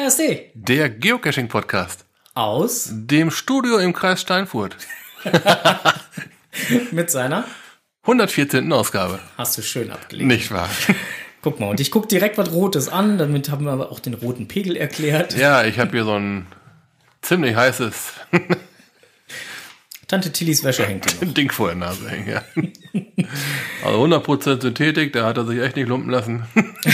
KSD. Der Geocaching-Podcast. Aus Dem Studio im Kreis Steinfurt. mit seiner 114. Ausgabe. Hast du schön abgelegt. Nicht wahr? Guck mal, und ich guck direkt was Rotes an, damit haben wir aber auch den roten Pegel erklärt. Ja, ich habe hier so ein ziemlich heißes Tante Tillys Wäsche hängt hier noch. Ding vor der Nase hängen, ja. Also 100% Synthetik, da hat er sich echt nicht lumpen lassen.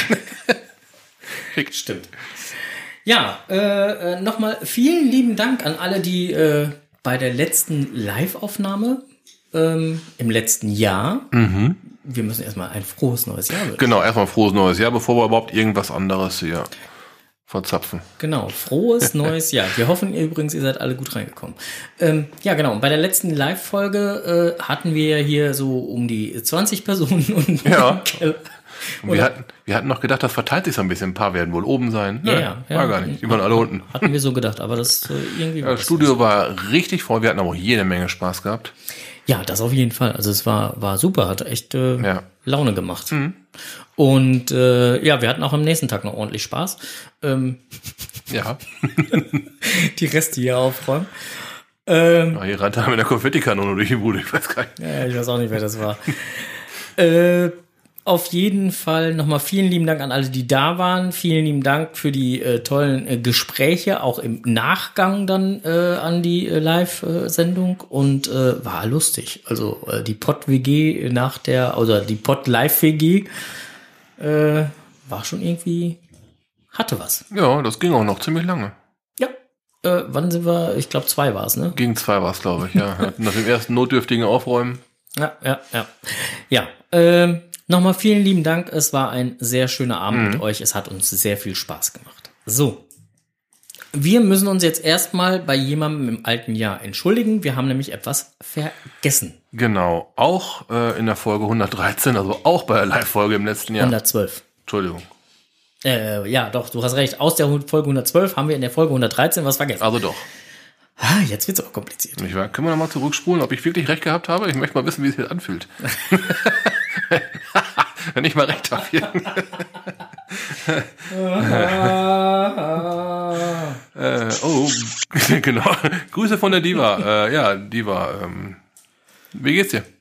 Stimmt. Ja, nochmal vielen lieben Dank an alle, die bei der letzten Live-Aufnahme im letzten Jahr, wir müssen erstmal ein frohes neues Jahr wünschen. Genau, erstmal frohes neues Jahr, bevor wir überhaupt irgendwas anderes hier verzapfen. Genau, frohes neues Jahr. Wir hoffen übrigens, ihr seid alle gut reingekommen. Ja, genau. Und bei der letzten Live-Folge hatten wir hier so um die 20 Personen und ja. Und wir hatten noch gedacht, das verteilt sich so ein bisschen. Ein paar werden wohl oben sein. Ja. War gar nicht. Die waren alle unten. Hatten wir so gedacht, aber das irgendwie war das Studio war richtig voll. Wir hatten aber auch jede Menge Spaß gehabt. Ja, das auf jeden Fall. Also es war super, hat echt Laune gemacht. Und wir hatten auch am nächsten Tag noch ordentlich Spaß. Ja. Die Reste hier aufräumen. Hier rannte er mit der Konfettikanone durch die Bude. Ich weiß gar nicht. Ja, ich weiß auch nicht, wer das war. Auf jeden Fall nochmal vielen lieben Dank an alle, die da waren. Vielen lieben Dank für die tollen Gespräche, auch im Nachgang dann an die Live-Sendung. Und war lustig. Also die Pod-WG die Pod-Live-WG war schon irgendwie, hatte was. Ja, das ging auch noch ziemlich lange. Ja. Wann sind wir? Ich glaube 2 war es, ne? Gegen 2 war es, glaube ich, ja. Nach dem ersten notdürftigen Aufräumen. Ja, nochmal vielen lieben Dank. Es war ein sehr schöner Abend mit euch. Es hat uns sehr viel Spaß gemacht. So. Wir müssen uns jetzt erstmal bei jemandem im alten Jahr entschuldigen. Wir haben nämlich etwas vergessen. Genau. Auch in der Folge 113, also auch bei der Live-Folge im letzten Jahr. 112. Entschuldigung. Ja, doch, du hast recht. Aus der Folge 112 haben wir in der Folge 113 was vergessen. Also doch. Jetzt wird's aber kompliziert. Nicht wahr? Können wir nochmal zurückspulen, ob ich wirklich recht gehabt habe? Ich möchte mal wissen, wie es sich anfühlt. Wenn ich mal recht habe hier. Genau. Grüße von der Diva. Diva. Wie geht's dir?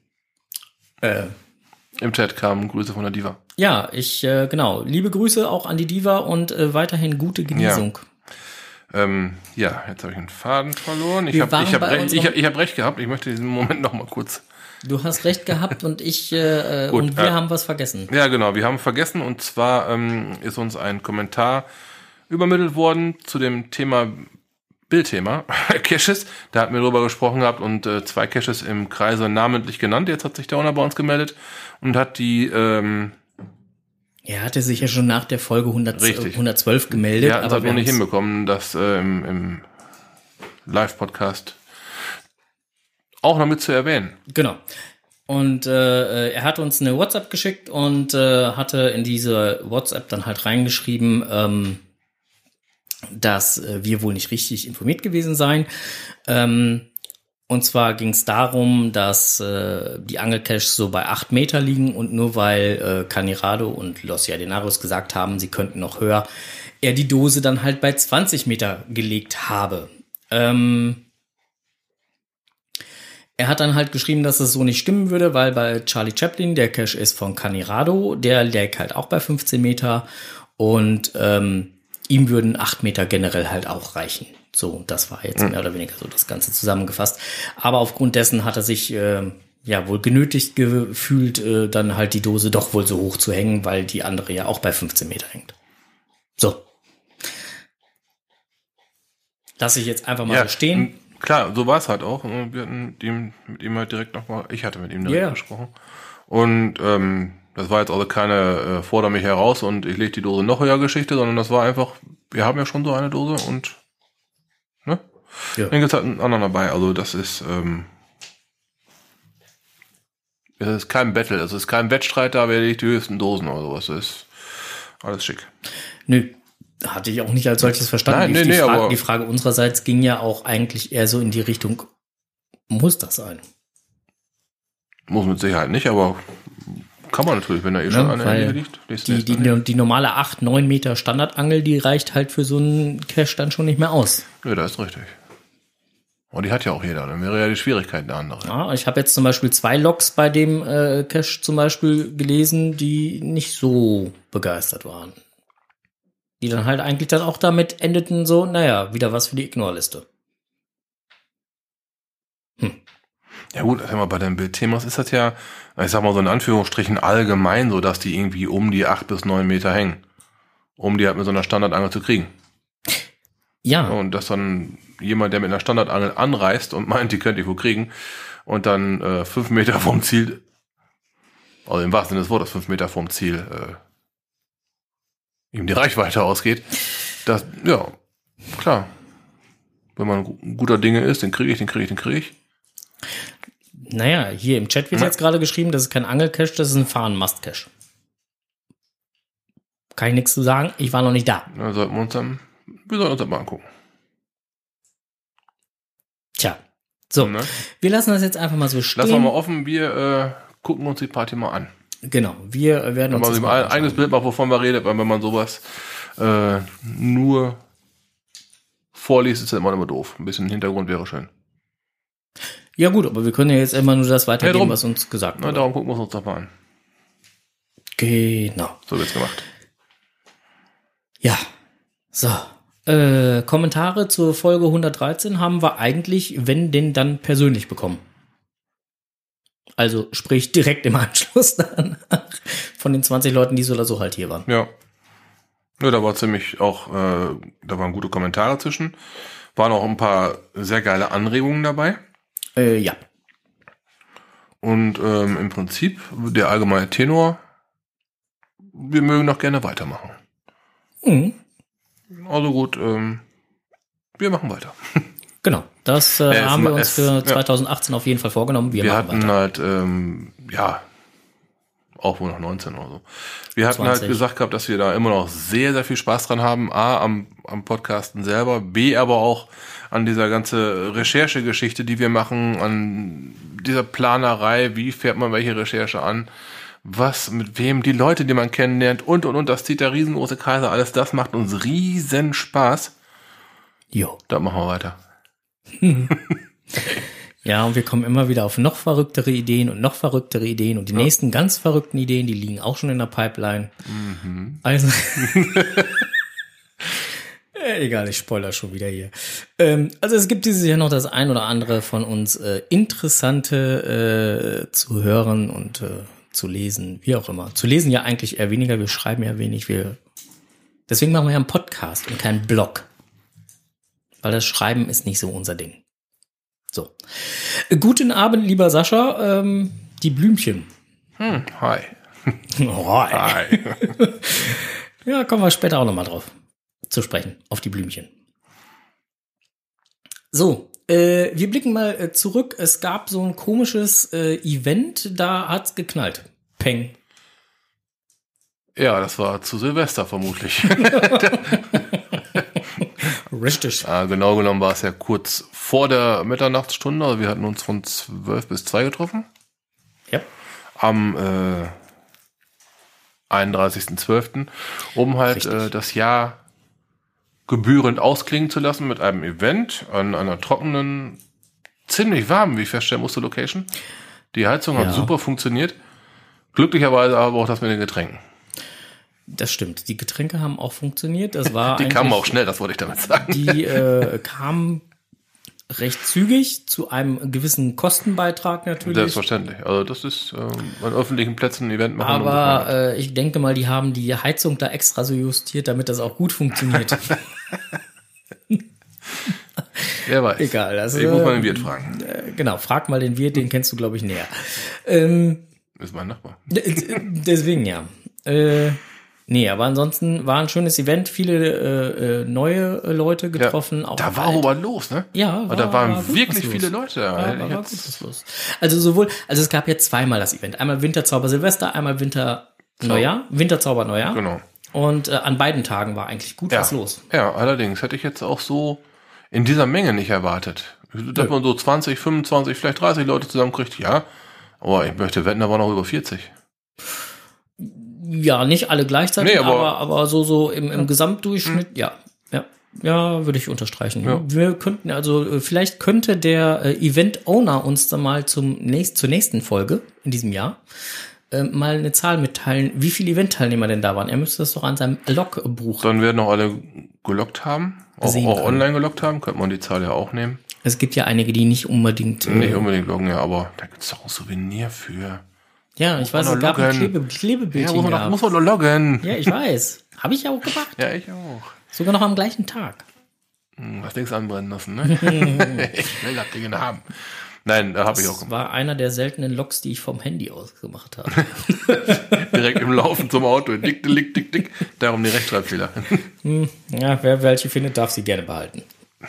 Im Chat kamen Grüße von der Diva. Ja, genau. Liebe Grüße auch an die Diva und weiterhin gute Genesung. Ja. Jetzt habe ich einen Faden verloren. Ich hab recht gehabt. Ich möchte diesen Moment noch mal kurz. Du hast recht gehabt und wir haben was vergessen. Ja, genau. Wir haben vergessen und zwar ist uns ein Kommentar übermittelt worden zu dem Bildthema Caches. Da hatten wir drüber gesprochen gehabt und 2 Caches im Kreise namentlich genannt. Jetzt hat sich der Owner bei uns gemeldet und hat die er hatte sich ja schon nach der Folge 112 gemeldet. Wir hatten es aber nicht hinbekommen, das im Live-Podcast auch noch mit zu erwähnen. Genau. Und er hat uns eine WhatsApp geschickt und hatte in diese WhatsApp dann halt reingeschrieben, dass wir wohl nicht richtig informiert gewesen seien. Und zwar ging es darum, dass die Angelcaches so bei 8 Meter liegen und nur weil Canirado und Los Llaneros gesagt haben, sie könnten noch höher, er die Dose dann halt bei 20 Meter gelegt habe. Er hat dann halt geschrieben, dass es so nicht stimmen würde, weil bei Charlie Chaplin, der Cache ist von Canirado, der liegt halt auch bei 15 Meter und ihm würden 8 Meter generell halt auch reichen. So, das war jetzt mehr oder weniger so das Ganze zusammengefasst. Aber aufgrund dessen hat er sich wohl genötigt gefühlt, dann halt die Dose doch wohl so hoch zu hängen, weil die andere ja auch bei 15 Meter hängt. So. Lasse ich jetzt einfach mal so stehen. Klar, so war es halt auch. Wir hatten mit ihm halt direkt nochmal, ich hatte mit ihm direkt gesprochen. Und das war jetzt also keine fordere mich heraus und ich lege die Dose noch höher Geschichte, sondern das war einfach, wir haben ja schon so eine Dose und dann gibt es halt einen anderen dabei. Also das ist es ist kein Battle, es ist kein Wettstreit, da werde ich die höchsten Dosen oder sowas. Das ist alles schick. Nö. Hatte ich auch nicht als solches verstanden. Nein, die Frage unsererseits ging ja auch eigentlich eher so in die Richtung, muss das sein? Muss mit Sicherheit nicht, aber Kann man natürlich, wenn da schon eine hier liegt. Die normale 8-9 Meter Standardangel, die reicht halt für so einen Cache dann schon nicht mehr aus. Ja, das ist richtig. Und die hat ja auch jeder, dann wäre ja die Schwierigkeit eine andere. Ja, ich habe jetzt zum Beispiel 2 Logs bei dem Cache zum Beispiel gelesen, die nicht so begeistert waren. Die dann halt eigentlich dann auch damit endeten so, naja, wieder was für die Ignore-Liste. Ja gut, sag mal, bei den Bildthemas ist das ja, ich sag mal so in Anführungsstrichen allgemein so, dass die irgendwie um die 8 bis 9 Meter hängen. Um die halt mit so einer Standardangel zu kriegen. Ja. Und dass dann jemand, der mit einer Standardangel anreist und meint, die könnte ich wo kriegen, und dann 5 Meter vom Ziel, also im wahrsten Sinne des Wortes 5 Meter vom Ziel, ihm die Reichweite ausgeht. Das, ja, klar. Wenn man guter Dinge ist, den kriege ich. Naja, hier im Chat wird jetzt gerade geschrieben, das ist kein Angelcache, das ist ein Fahren-Must-Cache. Kann ich nichts zu sagen, ich war noch nicht da. Wir sollten uns das mal angucken. Tja, so, wir lassen das jetzt einfach mal so stehen. Lassen wir mal offen, wir gucken uns die Party mal an. Genau, wir werden uns das mal ein eigenes Bild machen, wovon wir reden, weil wenn man sowas nur vorliest, ist das immer doof. Ein bisschen Hintergrund wäre schön. Ja gut, aber wir können ja jetzt immer nur das weitergeben, was uns gesagt wurde. Darum gucken wir uns doch mal an. Genau. So wird's gemacht. Ja, so. Kommentare zur Folge 113 haben wir eigentlich, wenn denn dann persönlich bekommen. Also sprich direkt im Anschluss danach von den 20 Leuten, die so oder so halt hier waren. Ja. Ja, da war ziemlich auch, da waren gute Kommentare zwischen. Waren auch ein paar sehr geile Anregungen dabei. Ja. Und im Prinzip der allgemeine Tenor, wir mögen noch gerne weitermachen. Mhm. Also gut, wir machen weiter. Genau, das haben wir uns für 2018 auf jeden Fall vorgenommen. Wir hatten halt, auch wohl noch 19 oder so. Wir hatten 20. halt gesagt gehabt, dass wir da immer noch sehr, sehr viel Spaß dran haben. A, am Podcasten selber. B, aber auch an dieser ganze Recherchegeschichte, die wir machen, an dieser Planerei, wie fährt man welche Recherche an, was, mit wem, die Leute, die man kennenlernt und, das zieht der riesengroße Kreise, alles das macht uns riesen Spaß. Jo. Da machen wir weiter. Ja, und wir kommen immer wieder auf noch verrücktere Ideen und die nächsten ganz verrückten Ideen, die liegen auch schon in der Pipeline. Mhm. Also, egal, ich spoiler schon wieder hier. Also es gibt dieses Jahr noch das ein oder andere von uns interessante zu hören und zu lesen, wie auch immer. Zu lesen ja eigentlich eher weniger, wir schreiben ja wenig, deswegen machen wir ja einen Podcast und keinen Blog. Weil das Schreiben ist nicht so unser Ding. So. Guten Abend, lieber Sascha. Die Blümchen. Hi. Oh, hi. Ja, kommen wir später auch nochmal drauf zu sprechen, auf die Blümchen. So, wir blicken mal zurück. Es gab so ein komisches Event, da hat's geknallt. Peng. Ja, das war zu Silvester vermutlich. Richtig. Genau genommen war es ja kurz vor der Mitternachtsstunde. Also wir hatten uns von 12 bis 2 getroffen. Ja. Am 31.12., um halt das Jahr gebührend ausklingen zu lassen mit einem Event an einer trockenen, ziemlich warmen, wie ich feststellen musste, Location. Die Heizung hat super funktioniert. Glücklicherweise aber auch das mit den Getränken. Das stimmt. Die Getränke haben auch funktioniert. Das war die kamen auch schnell, das wollte ich damit sagen. Die kamen recht zügig zu einem gewissen Kostenbeitrag natürlich. Selbstverständlich. Also das ist an öffentlichen Plätzen ein Event machen. Aber ich denke mal, die haben die Heizung da extra so justiert, damit das auch gut funktioniert. Wer weiß. Egal. Also, ich muss mal den Wirt fragen. Genau, frag mal den Wirt, den kennst du, glaube ich, näher. Ist mein Nachbar. Deswegen ja. Nee, aber ansonsten war ein schönes Event, viele neue Leute getroffen. Ja, auch da war aber was los, ne? Ja, da waren wirklich viele Leute. Ja, war gut was los. Also es gab jetzt zweimal das Event. Einmal Winterzauber Silvester, einmal Winterzauber Neujahr. Genau. Und an beiden Tagen war eigentlich gut was los. Ja, allerdings hätte ich jetzt auch so in dieser Menge nicht erwartet. Dass man so 20, 25, vielleicht 30 Leute zusammenkriegt, ja. Aber ich möchte wetten, da waren noch über 40. Ja, nicht alle gleichzeitig, aber so im Gesamtdurchschnitt, ja, würde ich unterstreichen. Ja. Wir könnten vielleicht könnte der Event-Owner uns dann mal zur nächsten Folge in diesem Jahr mal eine Zahl mitteilen, wie viele Event-Teilnehmer denn da waren. Er müsste das doch an seinem Logbuch. Dann werden auch alle geloggt haben, auch online geloggt haben, könnte man die Zahl ja auch nehmen. Es gibt ja einige, die nicht unbedingt loggen, ja, aber da gibt es doch auch Souvenir für. Ja, ich weiß, es gab ein Klebebildchen. Ja, muss man nur loggen. Ja, ich weiß. Habe ich ja auch gemacht. Ja, ich auch. Sogar noch am gleichen Tag. Hast nichts anbrennen lassen, ne? Ich will das Ding haben. Nein, da habe ich auch gemacht. Das war einer der seltenen Logs, die ich vom Handy aus gemacht habe. Direkt im Laufen zum Auto. Dick, dick, dick, dick. Darum die Rechtschreibfehler. Ja, wer welche findet, darf sie gerne behalten.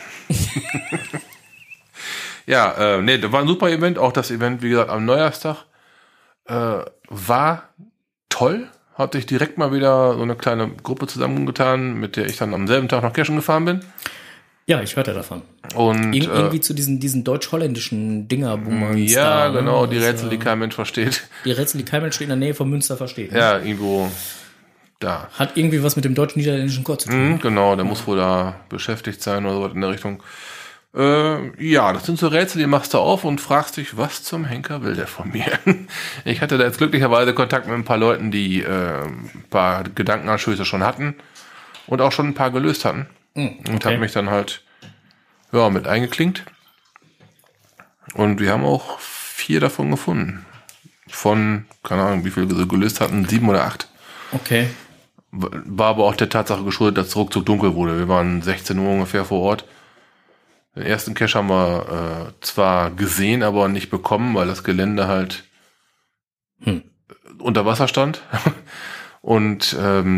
Ja, das war ein super Event. Auch das Event, wie gesagt, am Neujahrstag war toll. Hat sich direkt mal wieder so eine kleine Gruppe zusammengetan, mit der ich dann am selben Tag nach Cashen gefahren bin. Ja, ich hörte davon. Und irgendwie zu diesen deutsch-holländischen Dinger, wo man genau, die Rätsel, die kein Mensch versteht. Die Rätsel, die kein Mensch in der Nähe von Münster versteht. Ne? Ja, irgendwo da. Hat irgendwie was mit dem deutsch-niederländischen Chor zu tun. Genau, der muss wohl da beschäftigt sein oder so in der Richtung. Das sind so Rätsel, die machst du auf und fragst dich, was zum Henker will der von mir? Ich hatte da jetzt glücklicherweise Kontakt mit ein paar Leuten, die ein paar Gedankenanstöße schon hatten und auch schon ein paar gelöst hatten. Und habe mich dann halt mit eingeklinkt. Und wir haben auch 4 davon gefunden. Von, keine Ahnung, wie viel wir gelöst hatten, 7 oder 8. Okay. War aber auch der Tatsache geschuldet, dass es ruckzuck dunkel wurde. Wir waren 16 Uhr ungefähr vor Ort. Den ersten Cache haben wir zwar gesehen, aber nicht bekommen, weil das Gelände halt unter Wasser stand. Und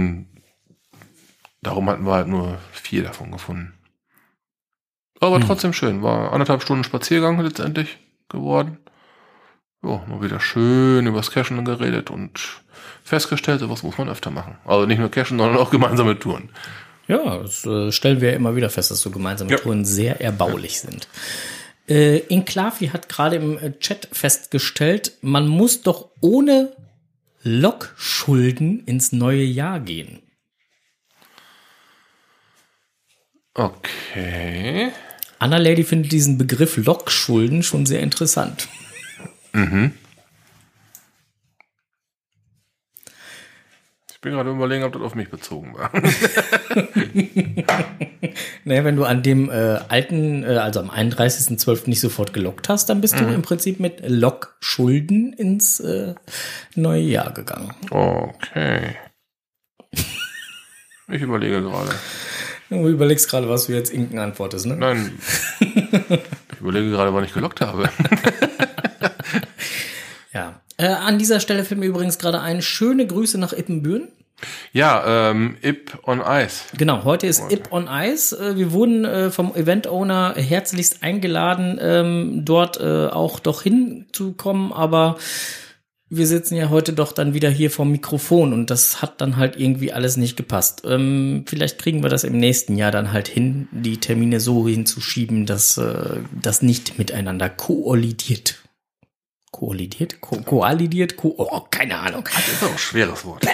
darum hatten wir halt nur 4 davon gefunden. Aber trotzdem schön. War 1,5 Stunden Spaziergang letztendlich geworden. Ja, mal wieder schön übers Cachen geredet und festgestellt, sowas muss man öfter machen. Also nicht nur Cachen, sondern auch gemeinsame Touren. Ja, das stellen wir ja immer wieder fest, dass so gemeinsame Touren sehr erbaulich sind. Inklavi hat gerade im Chat festgestellt, man muss doch ohne Logschulden ins neue Jahr gehen. Okay. Anna Lady findet diesen Begriff Logschulden schon sehr interessant. Ich bin gerade überlegen, ob das auf mich bezogen war. Naja, wenn du an dem also am 31.12. nicht sofort geloggt hast, dann bist du im Prinzip mit Logschulden ins neue Jahr gegangen. Okay. Ich überlege gerade. Du überlegst gerade, was du jetzt Inken antwortest, ne? Nein. Ich überlege gerade, wann ich geloggt habe. Ja. An dieser Stelle fällt mir übrigens gerade ein, schöne Grüße nach Ippenbüren. Ja, Ip on Ice. Genau, heute ist Ip on Ice. Wir wurden vom Event-Owner herzlichst eingeladen, dort auch doch hinzukommen, aber wir sitzen ja heute doch dann wieder hier vorm Mikrofon und das hat dann halt irgendwie alles nicht gepasst. Vielleicht kriegen wir das im nächsten Jahr dann halt hin, die Termine so hinzuschieben, dass das nicht miteinander koallidiert. Koallidiert? Koallidiert? Keine Ahnung. Das ist auch ein schweres Wort.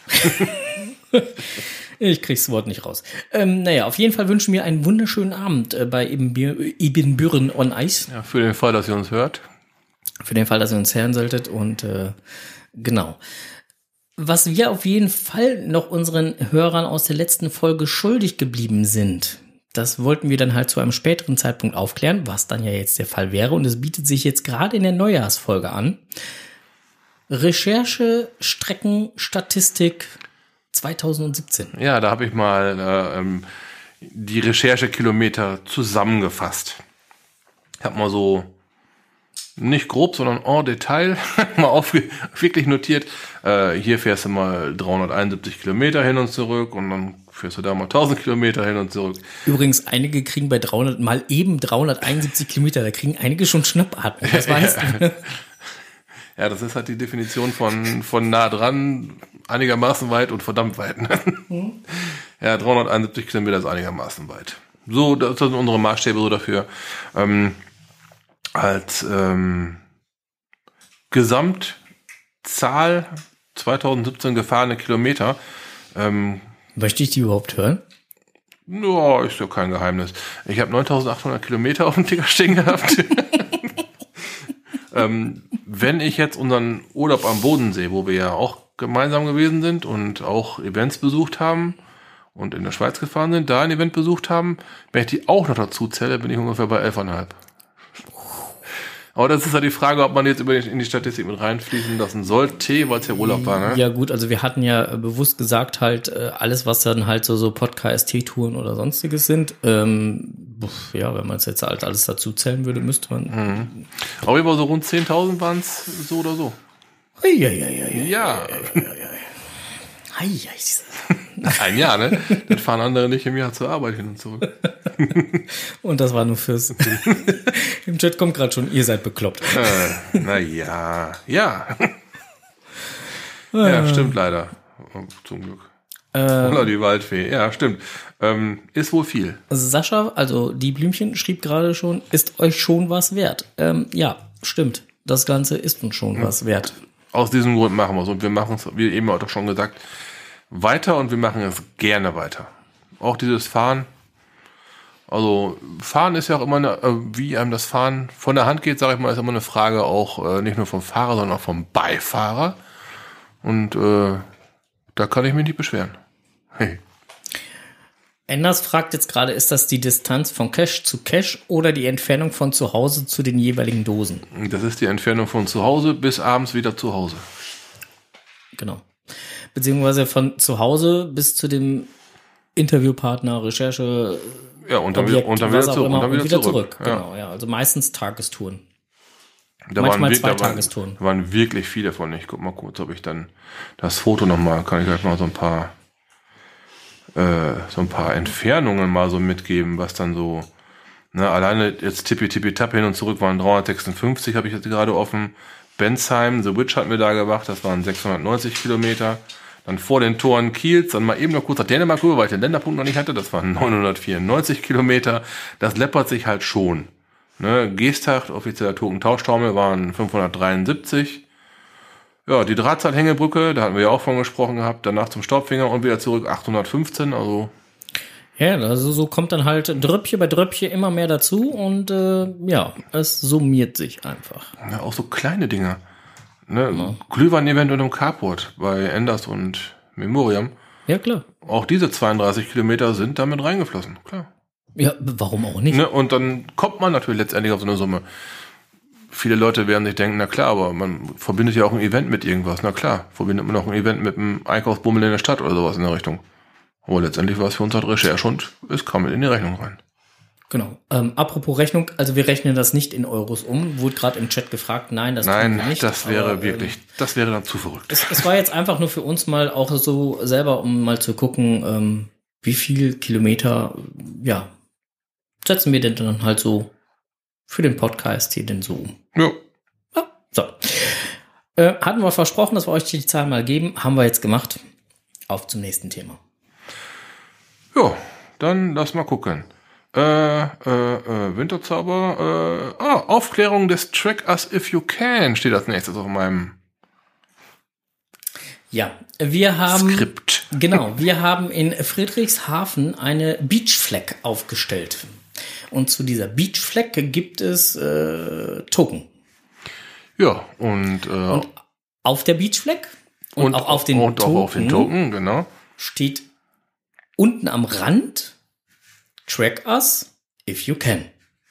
Ich krieg's Wort nicht raus. Naja, auf jeden Fall wünschen wir einen wunderschönen Abend bei Ibbenbüren on Ice. Ja, für den Fall, dass ihr uns hört. Für den Fall, dass ihr uns hören solltet und genau. Was wir auf jeden Fall noch unseren Hörern aus der letzten Folge schuldig geblieben sind, das wollten wir dann halt zu einem späteren Zeitpunkt aufklären, was dann ja jetzt der Fall wäre. Und es bietet sich jetzt gerade in der Neujahrsfolge an. Recherche, Streckenstatistik 2017. Ja, da habe ich mal die Recherchekilometer zusammengefasst. Ich habe mal so nicht grob, sondern en Detail mal wirklich notiert. Hier fährst du mal 371 Kilometer hin und zurück und dann fährst du da mal 1000 Kilometer hin und zurück. Übrigens, einige kriegen bei 371 Kilometer, da kriegen einige schon Schnappatmung. Das weißt du. Ja, das ist halt die Definition von nah dran, einigermaßen weit und verdammt weit. Ja, 371 Kilometer ist einigermaßen weit. So, das sind unsere Maßstäbe so dafür. Als Gesamtzahl 2017 gefahrene Kilometer. Möchte ich die überhaupt hören? Ja, ist ja kein Geheimnis. Ich habe 9.800 Kilometer auf dem Ticker stehen gehabt. Wenn ich jetzt unseren Urlaub am Bodensee, wo wir ja auch gemeinsam gewesen sind und auch Events besucht haben und in der Schweiz gefahren sind, da ein Event besucht haben, wenn ich die auch noch dazu zähle, bin ich ungefähr bei 11,5. Aber das ist ja die Frage, ob man jetzt in die Statistik mit reinfließen lassen sollte, weil es ja Urlaub war, ne? Ja gut, also wir hatten ja bewusst gesagt halt, alles was dann halt so Podcast-Touren oder sonstiges sind, ja, wenn man es jetzt halt alles dazu zählen würde, müsste man. Aber über so rund 10.000 waren es so oder so. Ja. Ein Jahr, ne? Dann fahren andere nicht im Jahr zur Arbeit hin und zurück. Und das war nur fürs... Im Chat kommt gerade schon, ihr seid bekloppt. Ja. Ja, stimmt leider. Zum Glück. Oder die Waldfee. Ja, stimmt. Ist wohl viel. Sascha, also die Blümchen, schrieb gerade schon, ist euch schon was wert. Ja, stimmt. Das Ganze ist uns schon was wert. Aus diesem Grund machen wir es. Und wir machen es, wie eben auch schon gesagt, weiter und wir machen es gerne weiter. Auch dieses Fahren. Also Fahren ist ja auch immer, wie einem das Fahren von der Hand geht, sage ich mal, ist immer eine Frage auch nicht nur vom Fahrer, sondern auch vom Beifahrer. Und da kann ich mich nicht beschweren. Hey. Enders fragt jetzt gerade, ist das die Distanz von Cache zu Cache oder die Entfernung von zu Hause zu den jeweiligen Dosen? Das ist die Entfernung von zu Hause bis abends wieder zu Hause. Genau. Beziehungsweise von zu Hause bis zu dem Interviewpartner, Recherche, ja, und dann wieder zurück. Genau, ja. Also meistens Tagestouren. Manchmal 2 Tagestouren. Da waren wirklich viele von. Ich guck mal kurz, ob ich dann das Foto nochmal, kann ich gleich mal so ein paar Entfernungen mal so mitgeben, was dann so, ne, alleine jetzt Tippi-Tippi-Tapp hin und zurück waren 356, habe ich jetzt gerade offen. Bensheim, The Witch hatten wir da gemacht, das waren 690 Kilometer. Dann vor den Toren Kiels, dann mal eben noch kurz nach Dänemark rüber, weil ich den Länderpunkt noch nicht hatte, das waren 994 Kilometer. Das läppert sich halt schon. Ne, Geesthacht, offizieller Tauschtaumel, waren 573. Ja, die Drahtseilhängebrücke, da hatten wir ja auch von gesprochen gehabt, danach zum Staubfinger und wieder zurück 815, also. Ja, also so kommt dann halt Dröppchen bei Dröppchen immer mehr dazu und ja, es summiert sich einfach. Ja, auch so kleine Dinge. Ne, ja. Glühwein-Event und im Carport bei Enders und Memoriam. Ja, klar. Auch diese 32 Kilometer sind damit reingeflossen, klar. Ja, warum auch nicht? Ne, und dann kommt man natürlich letztendlich auf so eine Summe. Viele Leute werden sich denken, na klar, aber man verbindet ja auch ein Event mit irgendwas. Na klar, verbindet man auch ein Event mit einem Einkaufsbummel in der Stadt oder sowas in der Richtung. Aber letztendlich war es für uns halt Recherche und es kam mit in die Rechnung rein. Genau. Apropos Rechnung, also wir rechnen das nicht in Euros um. Wurde gerade im Chat gefragt, nein, das tun wir nicht. Das wäre das wäre dann zu verrückt. Es war jetzt einfach nur für uns mal auch so selber, um mal zu gucken, wie viel Kilometer, ja, setzen wir denn dann halt so für den Podcast hier denn so um. Ja. So. Hatten wir versprochen, dass wir euch die Zahl mal geben. Haben wir jetzt gemacht. Auf zum nächsten Thema. Ja, dann lass mal gucken. Winterzauber. Aufklärung des Track Us If You Can steht als nächstes auf meinem wir haben Skript. Genau, wir haben in Friedrichshafen eine Beach Flag aufgestellt. Und zu dieser Beach Flag gibt es Token. Ja, und auf der Beach Flag und auch auf den Token, genau, steht unten am Rand Track Us If You Can.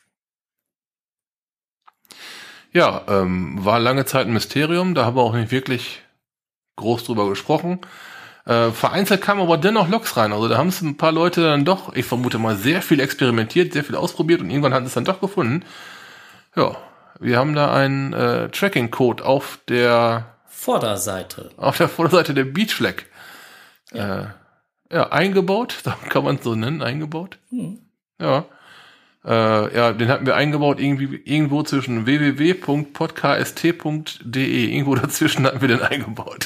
Ja, war lange Zeit ein Mysterium, da haben wir auch nicht wirklich groß drüber gesprochen. Vereinzelt kamen aber dennoch Logs rein, also da haben es ein paar Leute dann doch, ich vermute mal, sehr viel experimentiert, sehr viel ausprobiert und irgendwann hatten sie es dann doch gefunden. Ja, wir haben da einen Tracking-Code auf der Vorderseite der Beach Flag. Eingebaut, da kann man es so nennen, eingebaut. Ja. Den hatten wir eingebaut irgendwo zwischen www.podcast.de. Irgendwo dazwischen hatten wir den eingebaut.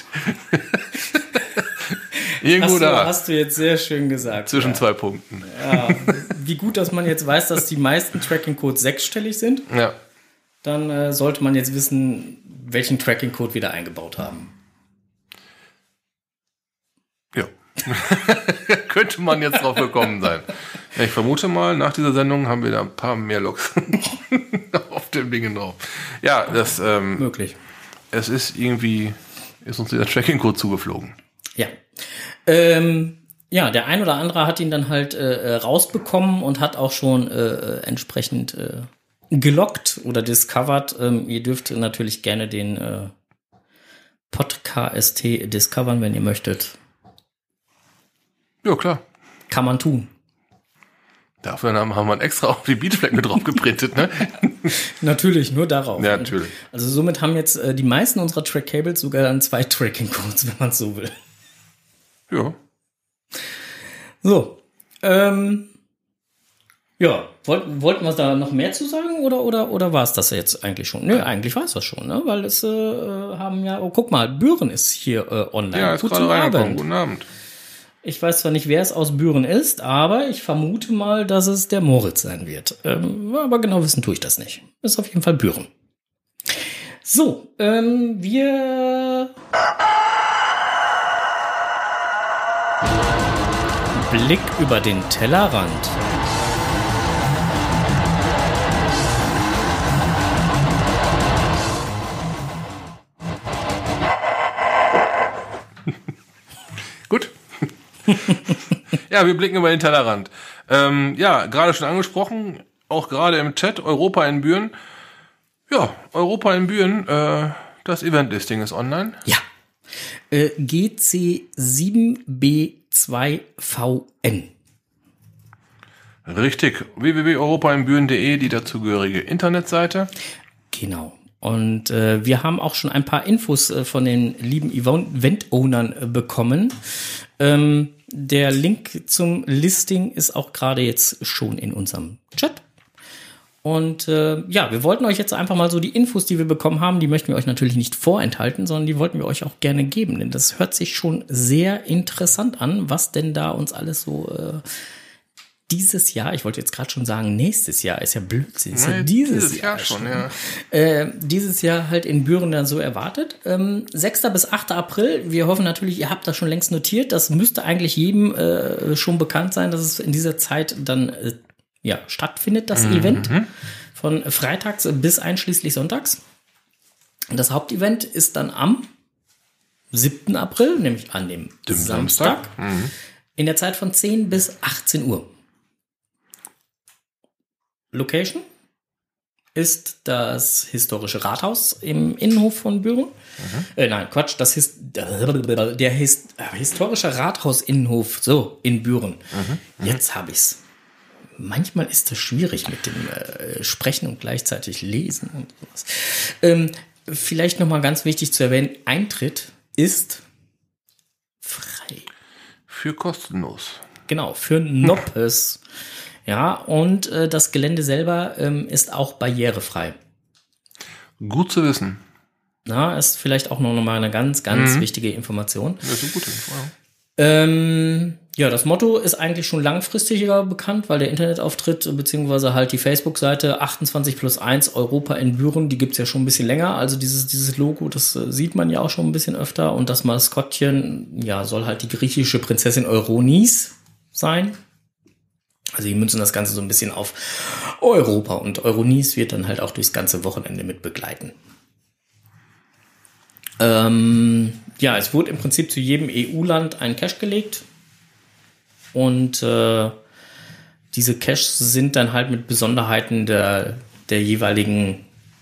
Hast du jetzt sehr schön gesagt. Zwischen 2 Punkten. Ja, wie gut, dass man jetzt weiß, dass die meisten Tracking-Codes 6-stellig sind. Ja. Dann sollte man jetzt wissen, welchen Tracking-Code wir da eingebaut haben. Ja. Könnte man jetzt drauf gekommen sein. Ja, ich vermute mal, nach dieser Sendung haben wir da ein paar mehr Loks auf dem Ding drauf. Ja, das möglich. Es ist uns dieser Tracking-Code zugeflogen. Ja. Ja, der ein oder andere hat ihn dann halt rausbekommen und hat auch schon entsprechend gelockt oder discovered. Ihr dürft natürlich gerne den Podcast discovern, wenn ihr möchtet. Ja, klar. Kann man tun. Dafür haben wir einen extra auf die Beatflag mit drauf geprintet, ne? Natürlich, nur darauf. Ja, natürlich. Also somit haben jetzt die meisten unserer Track-Cables sogar dann 2 Tracking-Codes, wenn man es so will. Ja. So. Ja, wollten wir da noch mehr zu sagen oder war es das jetzt eigentlich schon? Nö, eigentlich war es das schon, ne? Weil es haben ja, oh, guck mal, Büren ist hier online. Ja, ist gerade reingekommen. Guten Abend. Ich weiß zwar nicht, wer es aus Büren ist, aber ich vermute mal, dass es der Moritz sein wird. Aber genau wissen tue ich das nicht. Ist auf jeden Fall Büren. So, wir Blick über den Tellerrand. Gut. Ja, wir blicken über den Tellerrand. Ja, gerade schon angesprochen, auch gerade im Chat, Europa in Büren. Ja, Europa in Büren, das Event-Listing ist online. Ja. GC7B2VN. Richtig, www.europainbüren.de, die dazugehörige Internetseite. Genau. Und wir haben auch schon ein paar Infos von den lieben Event-Ownern bekommen. Der Link zum Listing ist auch gerade jetzt schon in unserem Chat. Und ja, wir wollten euch jetzt einfach mal so die Infos, die wir bekommen haben, die möchten wir euch natürlich nicht vorenthalten, sondern die wollten wir euch auch gerne geben. Denn das hört sich schon sehr interessant an, was denn da uns alles so dieses Jahr, ich wollte jetzt gerade schon sagen, nächstes Jahr, ist ja Blödsinn, ist ja dieses Jahr schon. Ja. Dieses Jahr halt in Büren dann so erwartet. 6. bis 8. April, wir hoffen natürlich, ihr habt das schon längst notiert, das müsste eigentlich jedem schon bekannt sein, dass es in dieser Zeit dann stattfindet, das Event, von freitags bis einschließlich sonntags. Das Hauptevent ist dann am 7. April, nämlich an dem Samstag, in der Zeit von 10 bis 18 Uhr. Location ist das historische Rathaus im Innenhof von Büren. Nein, Quatsch, der historische Rathaus-Innenhof, so, in Büren. Jetzt habe ich's. Manchmal ist das schwierig mit dem Sprechen und gleichzeitig Lesen und sowas. Vielleicht nochmal ganz wichtig zu erwähnen, Eintritt ist frei. Für kostenlos. Genau, für Noppes. Ja, und das Gelände selber ist auch barrierefrei. Gut zu wissen. Na, ist vielleicht auch noch mal eine ganz, ganz wichtige Information. Das ist eine gute Info, ja. Ja, das Motto ist eigentlich schon langfristiger bekannt, weil der Internetauftritt beziehungsweise halt die Facebook-Seite 28+1 Europa in Büren, die gibt's ja schon ein bisschen länger. Also dieses Logo, das sieht man ja auch schon ein bisschen öfter. Und das Maskottchen, ja, soll halt die griechische Prinzessin Euronis sein. Also die münzen das Ganze so ein bisschen auf Europa. Und Euronis wird dann halt auch durchs ganze Wochenende mit begleiten. Ja, es wurde im Prinzip zu jedem EU-Land ein Cache gelegt. Und diese Caches sind dann halt mit Besonderheiten des jeweiligen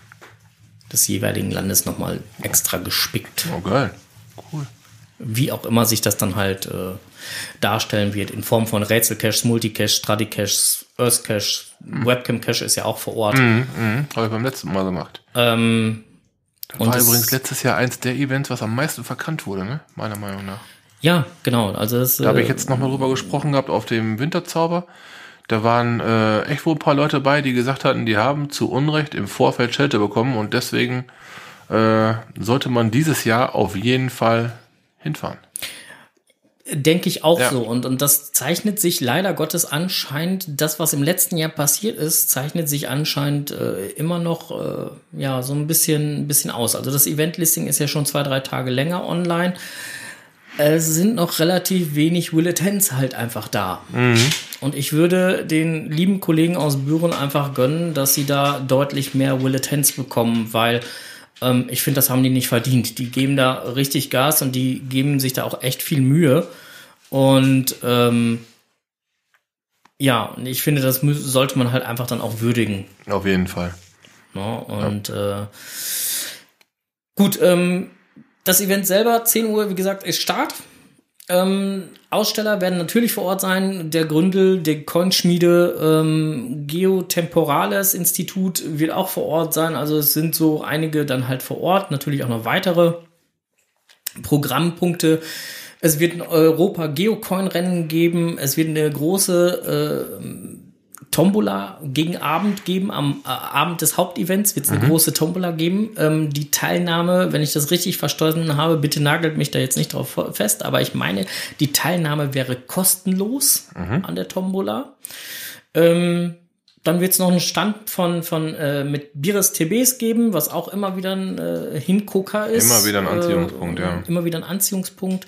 Landes nochmal extra gespickt. Oh, geil. Cool. Wie auch immer sich das dann halt darstellen wird, in Form von Rätsel-Caches, Multicaches, Stradi-Caches, Earth-Caches, Webcam-Cache ist ja auch vor Ort. Habe ich beim letzten Mal gemacht. War übrigens letztes Jahr eins der Events, was am meisten verkannt wurde, ne? Meiner Meinung nach. Ja, genau. Also da habe ich jetzt nochmal drüber gesprochen gehabt auf dem Winterzauber. Da waren echt wohl ein paar Leute bei, die gesagt hatten, die haben zu Unrecht im Vorfeld Schelte bekommen und deswegen sollte man dieses Jahr auf jeden Fall hinfahren. Denke ich auch so. Und das zeichnet sich leider Gottes anscheinend, das, was im letzten Jahr passiert ist, zeichnet sich anscheinend immer noch so ein bisschen aus. Also das Event-Listing ist ja schon 2-3 Tage länger online. Es sind noch relativ wenig Willetens halt einfach da. Und ich würde den lieben Kollegen aus Büren einfach gönnen, dass sie da deutlich mehr Willetens bekommen, weil ich finde, das haben die nicht verdient. Die geben da richtig Gas und die geben sich da auch echt viel Mühe. Und ja, und ich finde, das sollte man halt einfach dann auch würdigen. Auf jeden Fall. Ja, und gut, das Event selber, 10 Uhr, wie gesagt, ist Start. Aussteller werden natürlich vor Ort sein. Der Gründel, der Coinschmiede, Geotemporales Institut wird auch vor Ort sein. Also es sind so einige dann halt vor Ort. Natürlich auch noch weitere Programmpunkte. Es wird ein Europa-Geocoin-Rennen geben. Es wird eine große Tombola gegen Abend geben. Am Abend des Hauptevents wird es eine große Tombola geben. Die Teilnahme, wenn ich das richtig verstanden habe, bitte nagelt mich da jetzt nicht drauf fest, aber ich meine, die Teilnahme wäre kostenlos an der Tombola. Dann wird es noch einen Stand mit Bires TBs geben, was auch immer wieder ein Hingucker ist. Immer wieder ein Anziehungspunkt, ja. Immer wieder ein Anziehungspunkt.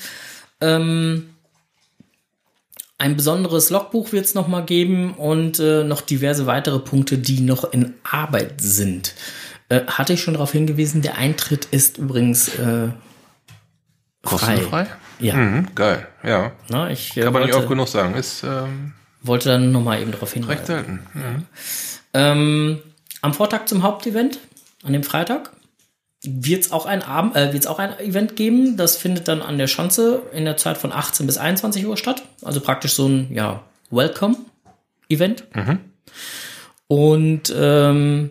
Ein besonderes Logbuch wird es noch mal geben und noch diverse weitere Punkte, die noch in Arbeit sind. Hatte ich schon darauf hingewiesen, der Eintritt ist übrigens kostenfrei? Ja. Geil, ja. Na, kann man nicht oft genug sagen. Ist wollte dann noch mal eben darauf hinweisen. Recht selten. Am Vortag zum Hauptevent, an dem Freitag, wird's auch ein Event geben. Das findet dann an der Schanze in der Zeit von 18 bis 21 Uhr statt. Also praktisch so ein Welcome-Event. Und an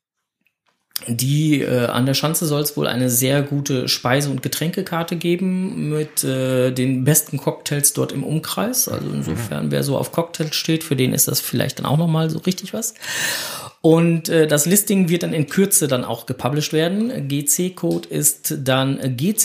der Schanze soll es wohl eine sehr gute Speise- und Getränkekarte geben mit den besten Cocktails dort im Umkreis. Also insofern, wer so auf Cocktails steht, für den ist das vielleicht dann auch noch mal so richtig was. Und das Listing wird dann in Kürze dann auch gepublished werden. GC-Code ist dann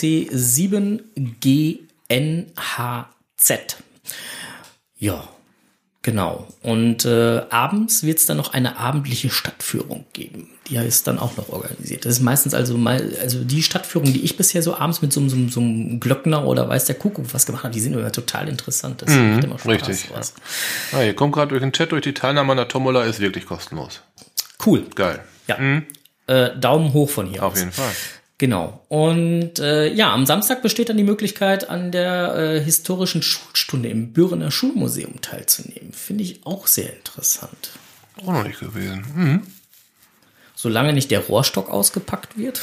GC7GNHZ. Ja, genau. Und abends wird es dann noch eine abendliche Stadtführung geben. Die ist dann auch noch organisiert. Das ist meistens also die Stadtführung, die ich bisher so abends mit so einem Glöckner oder weiß der Kuckuck was gemacht habe, die sind immer total interessant. Das macht immer Spaß. Richtig. Ja, hier kommt gerade durch den Chat, durch die Teilnahme an der Tombola ist wirklich kostenlos. Cool. Geil. Ja. Daumen hoch von hier aus. Auf jeden Fall. Genau. Und am Samstag besteht dann die Möglichkeit, an der historischen Schulstunde im Bürener Schulmuseum teilzunehmen. Finde ich auch sehr interessant. Auch noch nicht gewesen. Solange nicht der Rohrstock ausgepackt wird.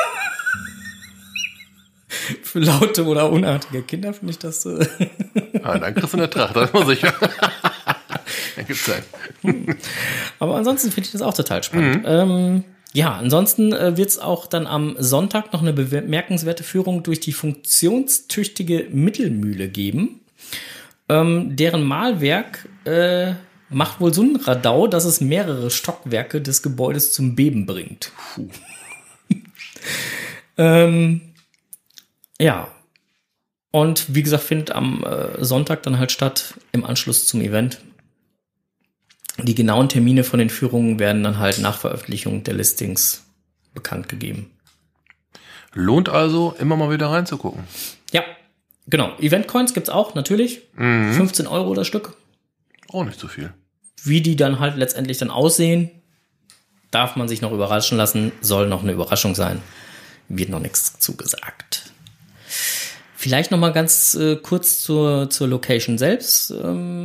Für laute oder unartige Kinder finde ich das. Dann kriegst du eine Tracht, das muss ich. Dann gibt's einen. Aber ansonsten finde ich das auch total spannend. Ansonsten wird es auch dann am Sonntag noch eine bemerkenswerte Führung durch die funktionstüchtige Mittelmühle geben. Deren Mahlwerk macht wohl so einen Radau, dass es mehrere Stockwerke des Gebäudes zum Beben bringt. Und wie gesagt, findet am Sonntag dann halt statt im Anschluss zum Event. Die genauen Termine von den Führungen werden dann halt nach Veröffentlichung der Listings bekannt gegeben. Lohnt also, immer mal wieder reinzugucken. Ja, genau. Eventcoins gibt's auch, natürlich. 15 € das Stück. Auch nicht so viel. Wie die dann halt letztendlich dann aussehen, darf man sich noch überraschen lassen. Soll noch eine Überraschung sein. Wird noch nichts zugesagt. Vielleicht noch mal ganz kurz zur Location selbst.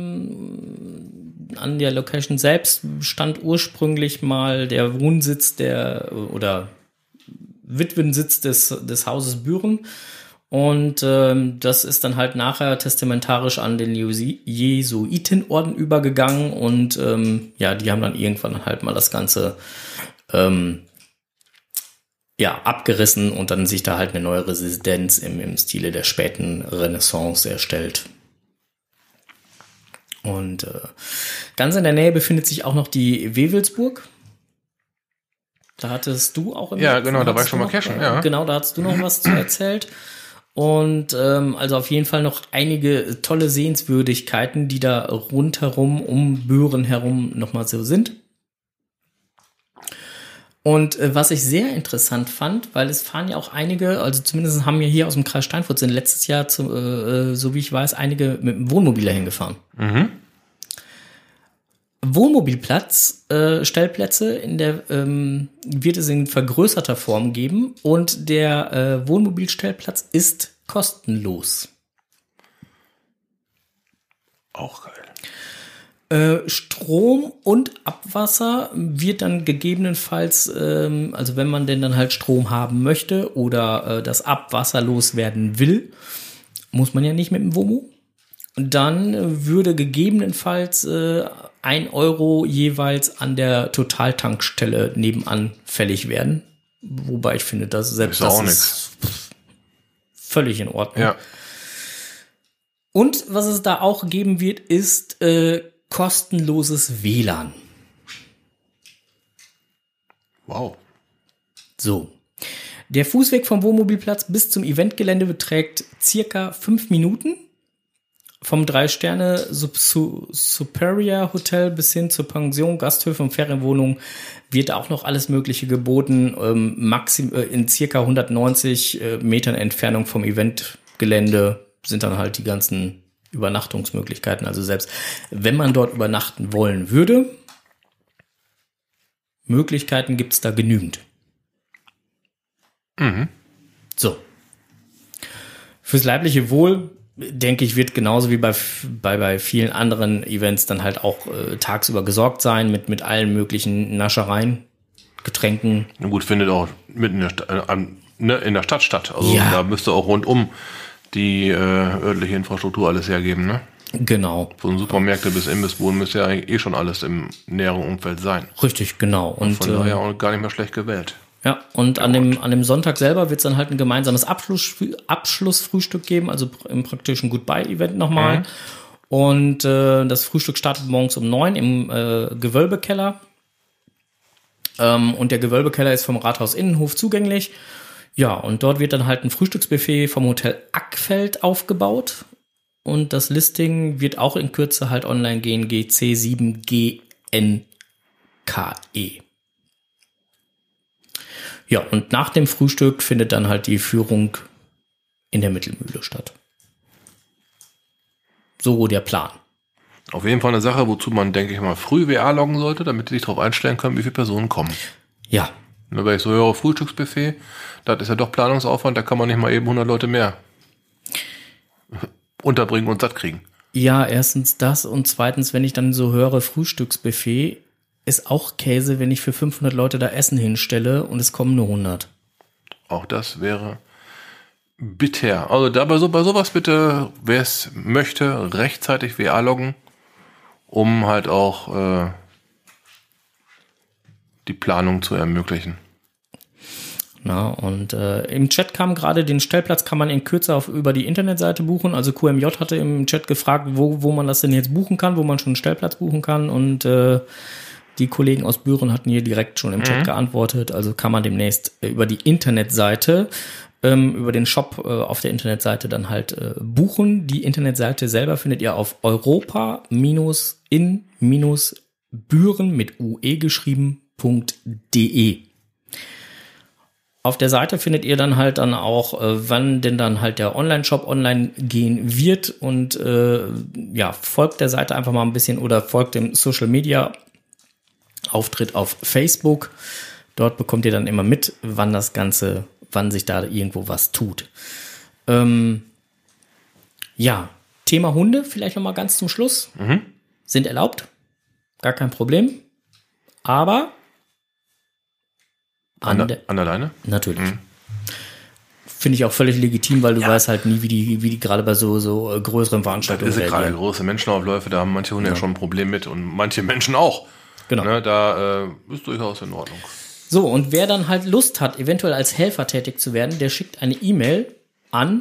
An der Location selbst stand ursprünglich mal der Wohnsitz oder Witwensitz des Hauses Büren. Und das ist dann halt nachher testamentarisch an den Jesuitenorden übergegangen. Und die haben dann irgendwann halt mal das Ganze abgerissen und dann sich da halt eine neue Residenz im Stile der späten Renaissance erstellt. Und ganz in der Nähe befindet sich auch noch die Wewelsburg. Da hattest du auch ja, genau, da war ich schon mal cashen, ja. Genau, da hast du noch was zu erzählt. Und also auf jeden Fall noch einige tolle Sehenswürdigkeiten, die da rundherum um Büren herum nochmal so sind. Und was ich sehr interessant fand, weil es fahren ja auch einige, also zumindest haben wir hier aus dem Kreis Steinfurt sind letztes Jahr, so wie ich weiß, einige mit dem Wohnmobil dahin gefahren. Mhm. Wohnmobilplatz, Stellplätze in der wird es in vergrößerter Form geben und der Wohnmobilstellplatz ist kostenlos. Auch geil. Strom und Abwasser wird dann gegebenenfalls, also wenn man denn dann halt Strom haben möchte oder das Abwasser loswerden will, muss man ja nicht mit dem Womo. Dann würde gegebenenfalls 1 Euro jeweils an der Totaltankstelle nebenan fällig werden. Wobei ich finde, dass selbst das ist völlig in Ordnung. Ja. Und was es da auch geben wird, ist kostenloses WLAN. Wow. So. Der Fußweg vom Wohnmobilplatz bis zum Eventgelände beträgt circa 5 Minuten. Vom 3-Sterne Superior Hotel bis hin zur Pension, Gasthöfe und Ferienwohnung wird auch noch alles Mögliche geboten. In circa 190 Metern Entfernung vom Eventgelände sind dann halt die ganzen Übernachtungsmöglichkeiten. Also selbst wenn man dort übernachten wollen würde, Möglichkeiten gibt es da genügend. Mhm. So. Fürs leibliche Wohl, denke ich, wird genauso wie bei vielen anderen Events dann halt auch tagsüber gesorgt sein mit allen möglichen Naschereien, Getränken. Na gut, findet auch mitten in der Stadt statt. Also ja. Da müsste auch rundum die örtliche Infrastruktur alles hergeben, ne? Genau. Von Supermärkte bis Imbissbuden müsste ja eigentlich schon alles im näheren Umfeld sein. Richtig, genau. Und von daher auch gar nicht mehr schlecht gewählt. Ja, und an dem Sonntag selber wird es dann halt ein gemeinsames Abschlussfrühstück geben, also im praktischen Goodbye-Event nochmal. Mhm. Und das Frühstück startet morgens um 9 im Gewölbekeller. Und der Gewölbekeller ist vom Rathaus Innenhof zugänglich. Ja, und dort wird dann halt ein Frühstücksbuffet vom Hotel Ackfeld aufgebaut. Und das Listing wird auch in Kürze halt online gehen, GC7GNKE. Ja, und nach dem Frühstück findet dann halt die Führung in der Mittelmühle statt. So der Plan. Auf jeden Fall eine Sache, wozu man, denke ich mal, früh WA loggen sollte, damit sie sich darauf einstellen können, wie viele Personen kommen. Ja. Nur weil ich so höre, Frühstücksbuffet, das ist ja doch Planungsaufwand, da kann man nicht mal eben 100 Leute mehr unterbringen und satt kriegen. Ja, erstens das und zweitens, wenn ich dann so höre, Frühstücksbuffet, ist auch Käse, wenn ich für 500 Leute da Essen hinstelle und es kommen nur 100. Auch das wäre bitter. Also da bei sowas bitte, wer es möchte, rechtzeitig WA loggen, um halt auch die Planung zu ermöglichen. Na, und im Chat kam gerade, den Stellplatz kann man in Kürze über die Internetseite buchen. Also QMJ hatte im Chat gefragt, wo man das denn jetzt buchen kann, wo man schon einen Stellplatz buchen kann. Und die Kollegen aus Büren hatten hier direkt schon im Chat geantwortet. Also kann man demnächst über die Internetseite, über den Shop auf der Internetseite dann halt buchen. Die Internetseite selber findet ihr auf europa-in-büren mit UE geschrieben.de. Auf der Seite findet ihr dann halt dann auch, wann denn dann halt der Online-Shop online gehen wird und folgt der Seite einfach mal ein bisschen oder folgt dem Social-Media-Auftritt auf Facebook. Dort bekommt ihr dann immer mit, wann sich da irgendwo was tut. Thema Hunde vielleicht noch mal ganz zum Schluss. Sind erlaubt, gar kein Problem, aber an der Leine? Natürlich. Finde ich auch völlig legitim, weil du weißt halt nie, wie die gerade bei so größeren Veranstaltungen reagieren. Das ist gerade große Menschenaufläufe, da haben manche Hunde ja schon ein Problem mit und manche Menschen auch. Genau. Ne, da ist durchaus in Ordnung. So, und wer dann halt Lust hat, eventuell als Helfer tätig zu werden, der schickt eine E-Mail an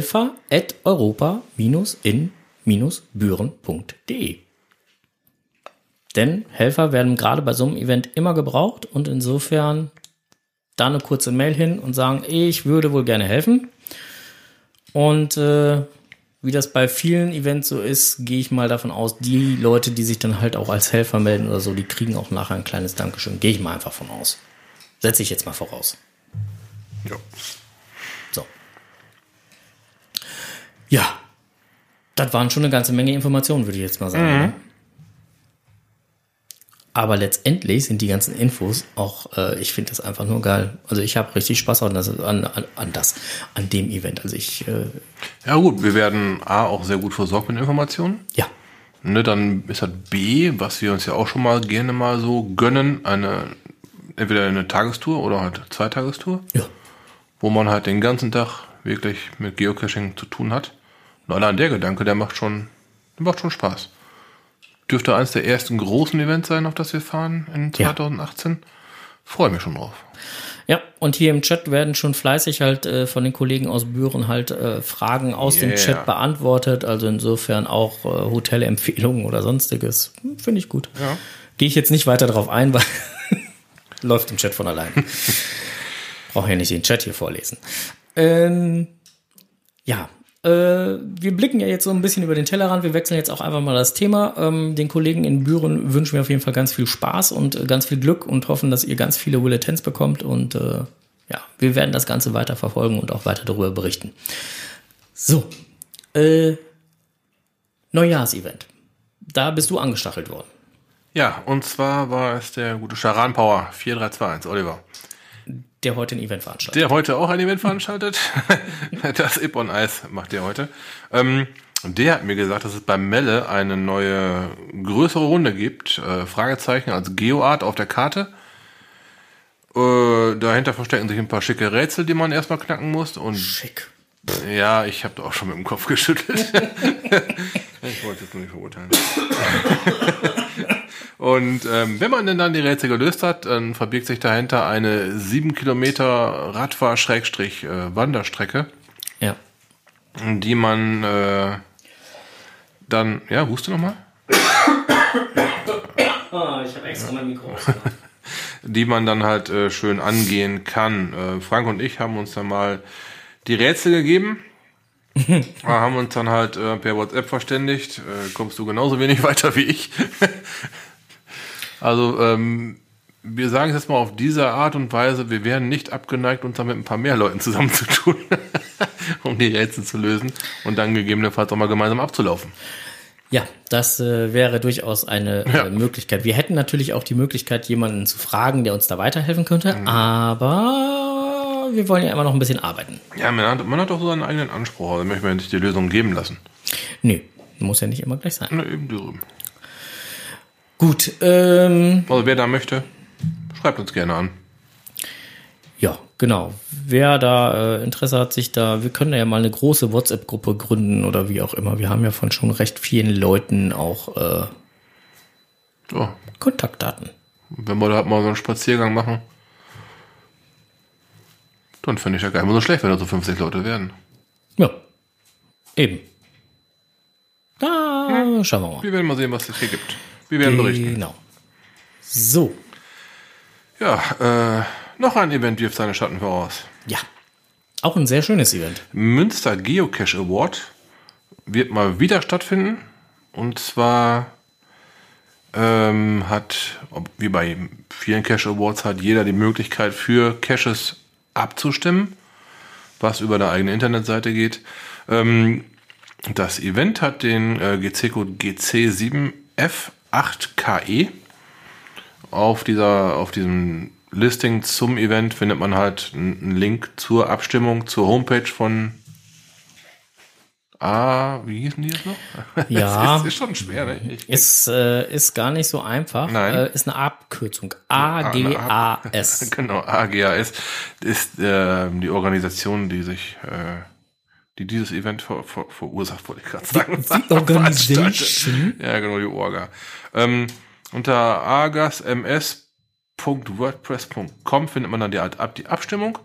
helfer@europa-in-büren.de. Denn Helfer werden gerade bei so einem Event immer gebraucht und insofern da eine kurze Mail hin und sagen, ich würde wohl gerne helfen. Und wie das bei vielen Events so ist, gehe ich mal davon aus, die Leute, die sich dann halt auch als Helfer melden oder so, die kriegen auch nachher ein kleines Dankeschön. Gehe ich mal einfach von aus. Setze ich jetzt mal voraus. Ja. So. Ja. Das waren schon eine ganze Menge Informationen, würde ich jetzt mal sagen. Mhm. Aber letztendlich sind die ganzen Infos auch, ich finde das einfach nur geil. Also ich habe richtig Spaß an dem Event. Also Ja gut, wir werden A, auch sehr gut versorgt mit Informationen. Ja. Ne, dann ist das B, was wir uns ja auch schon mal gerne mal so gönnen, entweder eine Tagestour oder halt 2-Tagestour. Ja. Wo man halt den ganzen Tag wirklich mit Geocaching zu tun hat. Und allein der Gedanke, der macht schon Spaß. Dürfte eines der ersten großen Events sein, auf das wir fahren in 2018. Ja. Freue mich schon drauf. Ja, und hier im Chat werden schon fleißig halt von den Kollegen aus Büren halt Fragen aus dem Chat beantwortet. Also insofern auch Hotelempfehlungen oder sonstiges. Finde ich gut. Ja. Gehe ich jetzt nicht weiter drauf ein, weil läuft im Chat von allein. Brauche ja nicht den Chat hier vorlesen. Wir blicken ja jetzt so ein bisschen über den Tellerrand. Wir wechseln jetzt auch einfach mal das Thema. Den Kollegen in Büren wünschen wir auf jeden Fall ganz viel Spaß und ganz viel Glück und hoffen, dass ihr ganz viele Bulletins bekommt. Und wir werden das Ganze weiter verfolgen und auch weiter darüber berichten. So, Neujahrsevent. Da bist du angestachelt worden. Ja, und zwar war es der gute Charan Power 4321, Oliver. Der heute ein Event veranstaltet. Der heute auch ein Event veranstaltet. Das Ip on Ice macht der heute. Der hat mir gesagt, dass es bei Melle eine neue, größere Runde gibt. Fragezeichen als Geoart auf der Karte. Dahinter verstecken sich ein paar schicke Rätsel, die man erstmal knacken muss. Und schick. Ja, ich habe da auch schon mit dem Kopf geschüttelt. Ich wollte es nur nicht verurteilen. Und wenn man denn dann die Rätsel gelöst hat, dann verbirgt sich dahinter eine 7 Kilometer Radfahr-Wanderstrecke. Ja. Die man dann, ja, huste nochmal? Ich habe extra mein Mikro ausgemacht. Die man dann halt schön angehen kann. Frank und ich haben uns dann mal die Rätsel gegeben. Haben uns dann halt per WhatsApp verständigt. Kommst du genauso wenig weiter wie ich. Also, wir sagen es jetzt mal auf diese Art und Weise, wir wären nicht abgeneigt, uns dann mit ein paar mehr Leuten zusammenzutun, um die Rätsel zu lösen und dann gegebenenfalls auch mal gemeinsam abzulaufen. Ja, das wäre durchaus eine Möglichkeit. Wir hätten natürlich auch die Möglichkeit, jemanden zu fragen, der uns da weiterhelfen könnte, aber wir wollen ja immer noch ein bisschen arbeiten. Ja, man hat doch so seinen eigenen Anspruch, also möchte man nicht die Lösung geben lassen. Nee, muss ja nicht immer gleich sein. Na, eben drüben. Gut. Also wer da möchte, schreibt uns gerne an. Ja, genau. Wer da Interesse hat, wir können ja mal eine große WhatsApp-Gruppe gründen oder wie auch immer. Wir haben ja von schon recht vielen Leuten auch Kontaktdaten. Wenn wir da halt mal so einen Spaziergang machen, dann finde ich ja gar nicht mehr so schlecht, wenn da so 50 Leute werden. Ja, eben. Da schauen wir mal. Wir werden mal sehen, was es hier gibt. Wir werden berichten. Genau. So. Ja, noch ein Event wirft seine Schatten voraus. Ja, auch ein sehr schönes Event. Münster Geocache Award wird mal wieder stattfinden. Und zwar hat, wie bei vielen Cache Awards, hat jeder die Möglichkeit für Caches abzustimmen, was über eine eigene Internetseite geht. Das Event hat den GC-Code GC7F8KE. Auf diesem Listing zum Event findet man halt einen Link zur Abstimmung zur Homepage von wie hießen die jetzt noch? Ja. Das ist schon schwer, ne? Ist gar nicht so einfach. Nein. Ist eine Abkürzung. AGAS. Genau, AGAS ist die Organisation, die dieses Event verursacht, wollte ich gerade sagen. Die Organisation? Ja, genau, die Orga. Unter agasms.wordpress.com findet man dann die Abstimmung.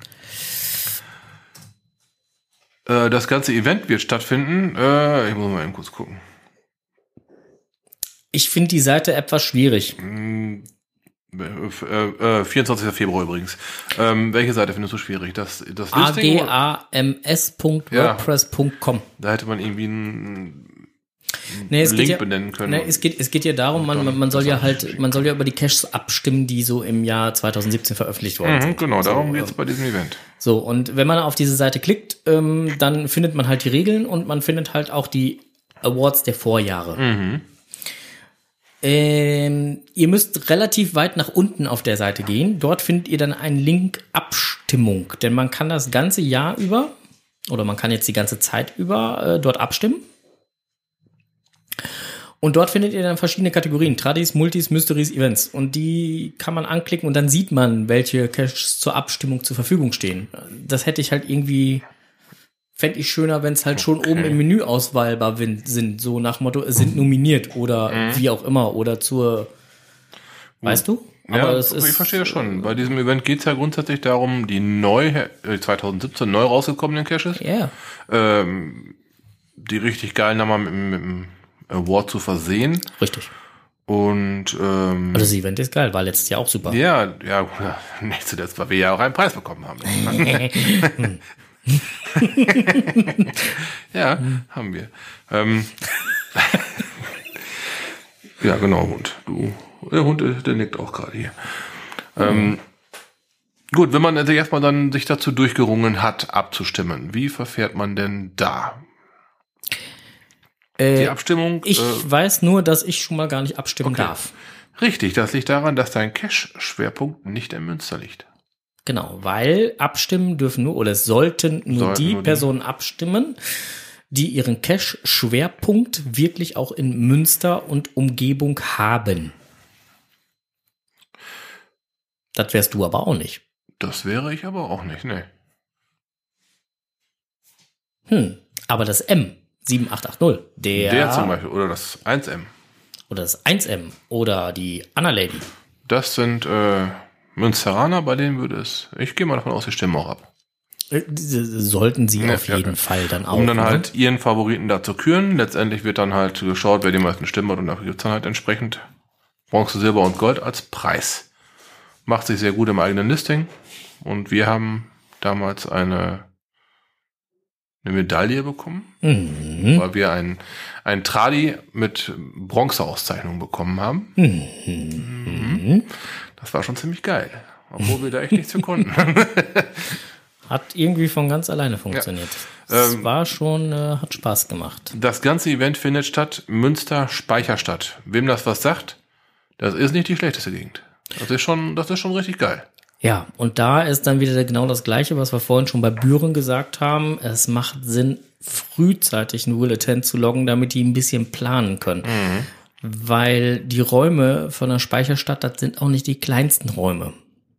Das ganze Event wird stattfinden. Ich muss mal eben kurz gucken. Ich finde die Seite etwas schwierig. 24. Februar übrigens. Welche Seite findest du schwierig? Das Listing? agams.wordpress.com. Da hätte man irgendwie Link benennen können. Es geht ja darum, man soll ja über die Caches abstimmen, die so im Jahr 2017 veröffentlicht worden sind. Genau, darum geht es bei diesem Event. So, und wenn man auf diese Seite klickt, dann findet man halt die Regeln und man findet halt auch die Awards der Vorjahre. Ihr müsst relativ weit nach unten auf der Seite gehen. Dort findet ihr dann einen Link Abstimmung, denn man kann das ganze Jahr über oder man kann jetzt die ganze Zeit über dort abstimmen. Und dort findet ihr dann verschiedene Kategorien, Tradis, Multis, Mysteries, Events. Und die kann man anklicken und dann sieht man, welche Caches zur Abstimmung zur Verfügung stehen. Das hätte ich halt irgendwie, fände ich schöner, wenn es halt schon oben im Menü auswahlbar sind. So nach Motto, es sind nominiert oder wie auch immer oder zur, weißt du? Aber ich verstehe das schon. Bei diesem Event geht es ja grundsätzlich darum, die 2017 neu rausgekommenen Caches, die richtig geilen nochmal mit dem Award zu versehen. Richtig. Und also das Event ist geil, war letztes Jahr auch super. Ja, nicht zuletzt, weil wir ja auch einen Preis bekommen haben. Ja, haben wir. Ja, genau, Hund. Der Hund, der nickt auch gerade hier. Gut, wenn man also erstmal dann sich dazu durchgerungen hat, abzustimmen, wie verfährt man denn da? Die Abstimmung? Ich weiß nur, dass ich schon mal gar nicht abstimmen darf. Richtig, das liegt daran, dass dein Cache-Schwerpunkt nicht in Münster liegt. Genau, weil abstimmen dürfen nur oder sollten nur die Personen abstimmen, die ihren Cache-Schwerpunkt wirklich auch in Münster und Umgebung haben. Das wärst du aber auch nicht. Das wäre ich aber auch nicht, ne. Aber das M 7880, der zum Beispiel, oder das 1M. Oder das 1M oder die Anna Lady. Das sind Münsteraner, bei denen würde es, ich gehe mal davon aus, die stimmen auch ab. Sollten sie auf jeden Fall dann auch. Um dann halt ihren Favoriten da zu küren. Letztendlich wird dann halt geschaut, wer die meisten Stimmen hat und dafür gibt es dann halt entsprechend Bronze, Silber und Gold als Preis. Macht sich sehr gut im eigenen Listing und wir haben damals eine Medaille bekommen, weil wir ein Tradi mit Bronzeauszeichnung bekommen haben. Das war schon ziemlich geil, obwohl wir da echt nichts für konnten. Hat irgendwie von ganz alleine funktioniert. Das war schon, hat Spaß gemacht. Das ganze Event findet statt, Münster Speicherstadt. Wem das was sagt, das ist nicht die schlechteste Gegend. Das ist schon richtig geil. Ja, und da ist dann wieder genau das Gleiche, was wir vorhin schon bei Büren gesagt haben. Es macht Sinn, frühzeitig einen Bulletin zu loggen, damit die ein bisschen planen können. Weil die Räume von der Speicherstadt, das sind auch nicht die kleinsten Räume.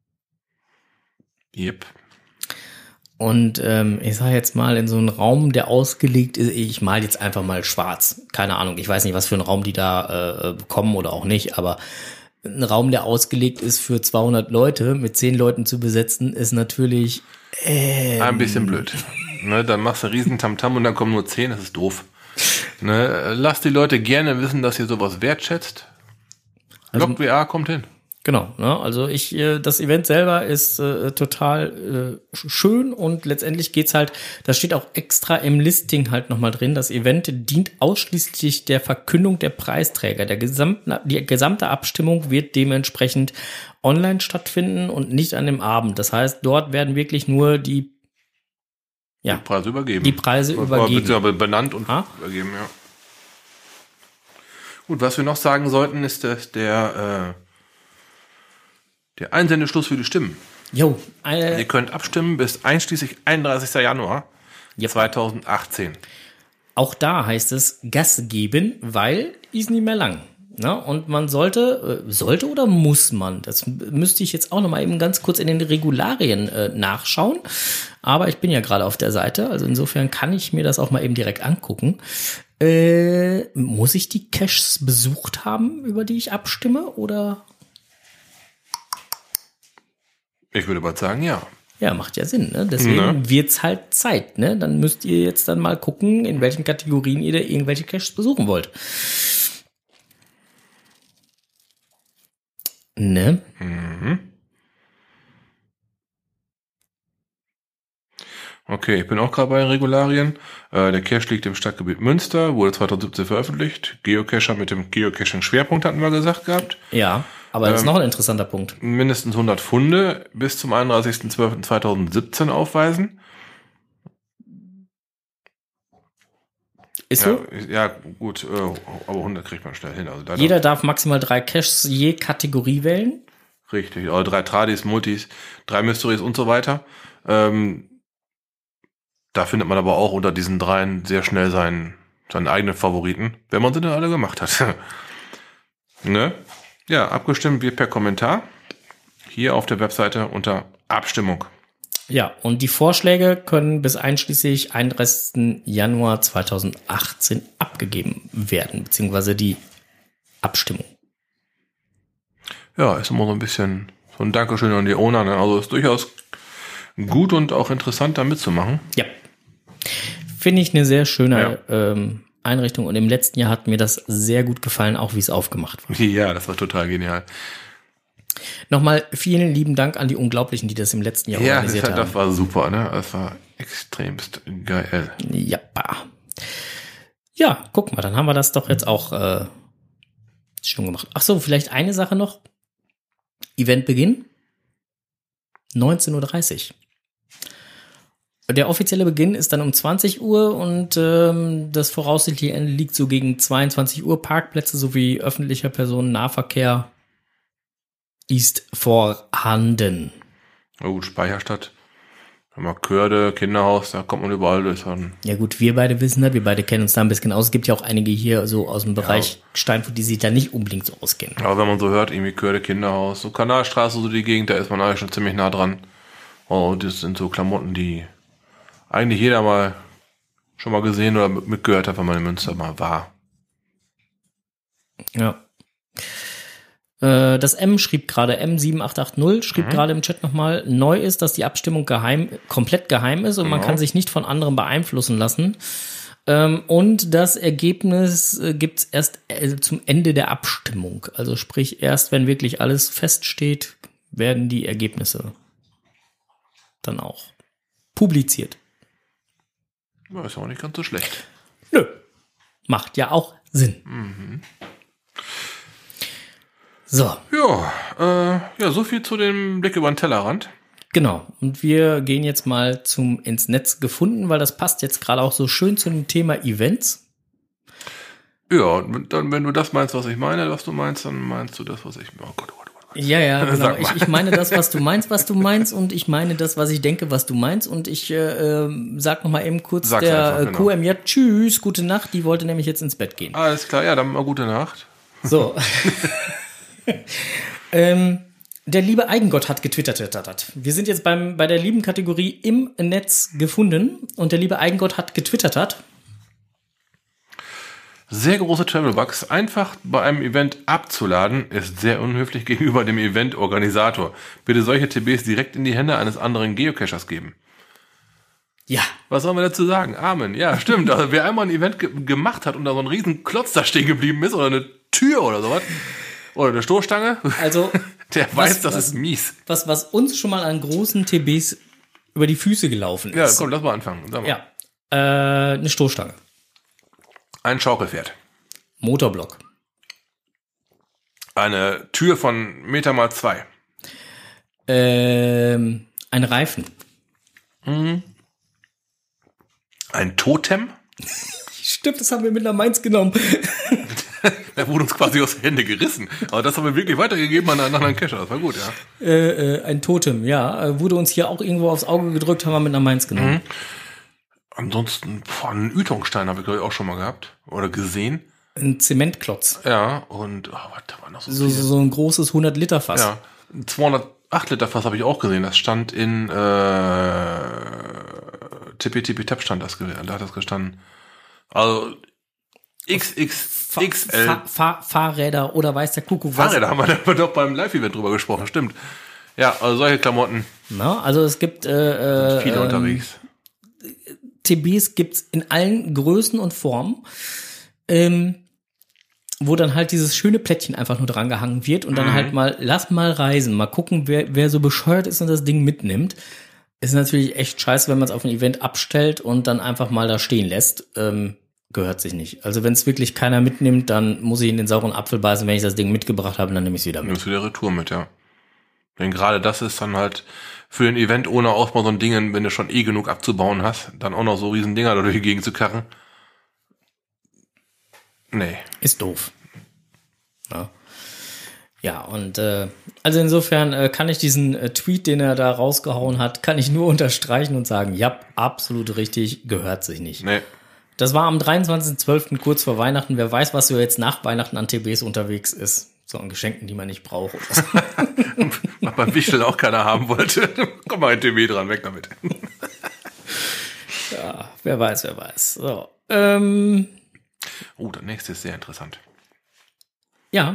Yep. Und ich sage jetzt mal, in so einem Raum, der ausgelegt ist, ich mal jetzt einfach mal schwarz. Keine Ahnung, ich weiß nicht, was für einen Raum die da bekommen oder auch nicht, aber ein Raum, der ausgelegt ist für 200 Leute, mit 10 Leuten zu besetzen, ist natürlich ein bisschen blöd. Ne, dann machst du riesen Tamtam und dann kommen nur 10, das ist doof. Ne, lasst die Leute gerne wissen, dass ihr sowas wertschätzt. LogWA kommt hin. Genau, ne? Also das Event selber ist total schön und letztendlich geht's halt, das steht auch extra im Listing halt nochmal drin, das Event dient ausschließlich der Verkündung der Preisträger. Die gesamte Abstimmung wird dementsprechend online stattfinden und nicht an dem Abend. Das heißt, dort werden wirklich nur die Preise übergeben. Beziehungsweise benannt und übergeben, ja. Gut, was wir noch sagen sollten, ist, dass der Einsendeschluss für die Stimmen. Ihr könnt abstimmen bis einschließlich 31. Januar 2018. Auch da heißt es Gas geben, weil ist nicht mehr lang. Ne? Und man sollte oder muss man? Das müsste ich jetzt auch noch mal eben ganz kurz in den Regularien nachschauen. Aber ich bin ja gerade auf der Seite, also insofern kann ich mir das auch mal eben direkt angucken. Muss ich die Caches besucht haben, über die ich abstimme, oder? Ich würde bald sagen, ja. Ja, macht ja Sinn, ne? Deswegen wird's halt Zeit, ne? Dann müsst ihr jetzt dann mal gucken, in welchen Kategorien ihr da irgendwelche Caches besuchen wollt. Ne? Okay, ich bin auch gerade bei den Regularien. Der Cache liegt im Stadtgebiet Münster, wurde 2017 veröffentlicht. Geocacher mit dem Geocaching-Schwerpunkt hatten wir gesagt gehabt. Ja, aber das ist noch ein interessanter Punkt. Mindestens 100 Funde bis zum 31.12.2017 aufweisen. Ist so? Ja, gut, aber 100 kriegt man schnell hin. Also jeder darf maximal 3 Caches je Kategorie wählen. Richtig, also 3 Tradis, Multis, 3 Mysteries und so weiter. Da findet man aber auch unter diesen 3 sehr schnell seinen eigenen Favoriten, wenn man sie dann alle gemacht hat. Ne? Ja, abgestimmt wird per Kommentar hier auf der Webseite unter Abstimmung. Ja, und die Vorschläge können bis einschließlich 31. Januar 2018 abgegeben werden, beziehungsweise die Abstimmung. Ja, ist immer so ein bisschen so ein Dankeschön an die Owner. Ne? Also ist durchaus gut und auch interessant, da mitzumachen. Ja, finde ich eine sehr schöne Einrichtung. Und im letzten Jahr hat mir das sehr gut gefallen, auch wie es aufgemacht war. Ja, das war total genial. Nochmal vielen lieben Dank an die Unglaublichen, die das im letzten Jahr organisiert haben. Ja, das war super, ne? Das war extremst geil. Ja. Ja, guck mal, dann haben wir das doch jetzt auch schon gemacht. Ach so, vielleicht eine Sache noch. Eventbeginn 19:30 Uhr. Der offizielle Beginn ist dann um 20 Uhr und das voraussichtliche Ende liegt so gegen 22 Uhr. Parkplätze sowie öffentlicher Personennahverkehr ist vorhanden. Na gut, Speicherstadt. Wenn man Körde, Kinderhaus, da kommt man überall durch. Ja gut, wir beide wissen das, wir beide kennen uns da ein bisschen aus. Es gibt ja auch einige hier so aus dem Bereich Steinfurt, die sich da nicht unbedingt so auskennen. Aber wenn man so hört, irgendwie Körde, Kinderhaus, so Kanalstraße, so die Gegend, da ist man eigentlich schon ziemlich nah dran. Und das sind so Klamotten, die eigentlich jeder mal schon mal gesehen oder mitgehört hat, wenn man in Münster mal war. Ja. Das M schrieb gerade, M7880 schrieb gerade im Chat nochmal, neu ist, dass die Abstimmung komplett geheim ist und man kann sich nicht von anderen beeinflussen lassen. Und das Ergebnis gibt's erst zum Ende der Abstimmung. Also sprich, erst wenn wirklich alles feststeht, werden die Ergebnisse dann auch publiziert. Ja, ist auch nicht ganz so schlecht. Nö. Macht ja auch Sinn. Mhm. So. Ja, so viel zu dem Blick über den Tellerrand. Genau. Und wir gehen jetzt mal zum ins Netz gefunden, weil das passt jetzt gerade auch so schön zu dem Thema Events. Ja, dann, wenn du das meinst, was ich meine, was du meinst, dann meinst du das, was ich... Oh Gott. Ja, genau. Ich meine das, was du meinst und ich meine das, was ich denke, was du meinst und ich sag noch mal eben kurz Sag's der einfach, genau. QM, ja, tschüss, gute Nacht, die wollte nämlich jetzt ins Bett gehen. Alles klar, ja, dann mal gute Nacht. So. Der liebe Eigengott hat getwittert. Wir sind jetzt bei der lieben Kategorie im Netz gefunden und der liebe Eigengott hat getwittert. Sehr große Travelbugs einfach bei einem Event abzuladen, ist sehr unhöflich gegenüber dem Eventorganisator. Bitte solche TBs direkt in die Hände eines anderen Geocachers geben. Ja. Was sollen wir dazu sagen? Amen. Ja, stimmt. Also wer einmal ein Event gemacht hat und da so ein riesen Klotz da stehen geblieben ist oder eine Tür oder sowas oder eine Stoßstange, also der weiß, das ist mies. Was uns schon mal an großen TBs über die Füße gelaufen ist. Ja, komm, lass mal anfangen. Sag mal. Ja. Eine Stoßstange. Ein Schaukelpferd. Motorblock. Eine Tür von 1 Meter mal 2. Ein Reifen. Ein Totem. Stimmt, das haben wir mit nach Mainz genommen. Der wurde uns quasi aus den Händen gerissen. Aber das haben wir wirklich weitergegeben an einen anderen Cacher. Das war gut, ja. Ein Totem, ja. Wurde uns hier auch irgendwo aufs Auge gedrückt, haben wir mit nach Mainz genommen. Ansonsten, einen Ütungsstein habe ich, glaube ich, auch schon mal gehabt. Oder gesehen. Ein Zementklotz. Ja, und was da war noch so viel? So ein großes 100-Liter-Fass. Ja, ein 208-Liter-Fass habe ich auch gesehen. Das stand in Tippi-Tippi-Tap stand das. Da hat das gestanden. Also XXXL. Fahrräder oder weiß der Kuckuck was. Fahrräder haben wir doch beim Live-Event drüber gesprochen, stimmt. Ja, also solche Klamotten. Na, also es gibt viele unterwegs. TBs gibt's in allen Größen und Formen, wo dann halt dieses schöne Plättchen einfach nur dran gehangen wird und dann halt mal, lass mal reisen, mal gucken, wer so bescheuert ist und das Ding mitnimmt. Ist natürlich echt scheiße, wenn man es auf ein Event abstellt und dann einfach mal da stehen lässt. Gehört sich nicht. Also wenn es wirklich keiner mitnimmt, dann muss ich in den sauren Apfel beißen. Wenn ich das Ding mitgebracht habe, dann nehme ich es wieder mit. Nimmst du die Retour mit, ja. Denn gerade das ist dann halt für ein Event ohne Ausbau so ein Ding, wenn du schon genug abzubauen hast, dann auch noch so riesen Dinger da durch die Gegend zu karren. Nee. Ist doof. Ja, und also insofern kann ich diesen Tweet, den er da rausgehauen hat, kann ich nur unterstreichen und sagen, ja, absolut richtig, gehört sich nicht. Nee. Das war am 23.12. kurz vor Weihnachten. Wer weiß, was so jetzt nach Weihnachten an TBs unterwegs ist. So an Geschenken, die man nicht braucht. Was beim Wichtel auch keiner haben wollte. Komm mal ein TB dran, weg damit. Ja, wer weiß. So, der nächste ist sehr interessant. Ja.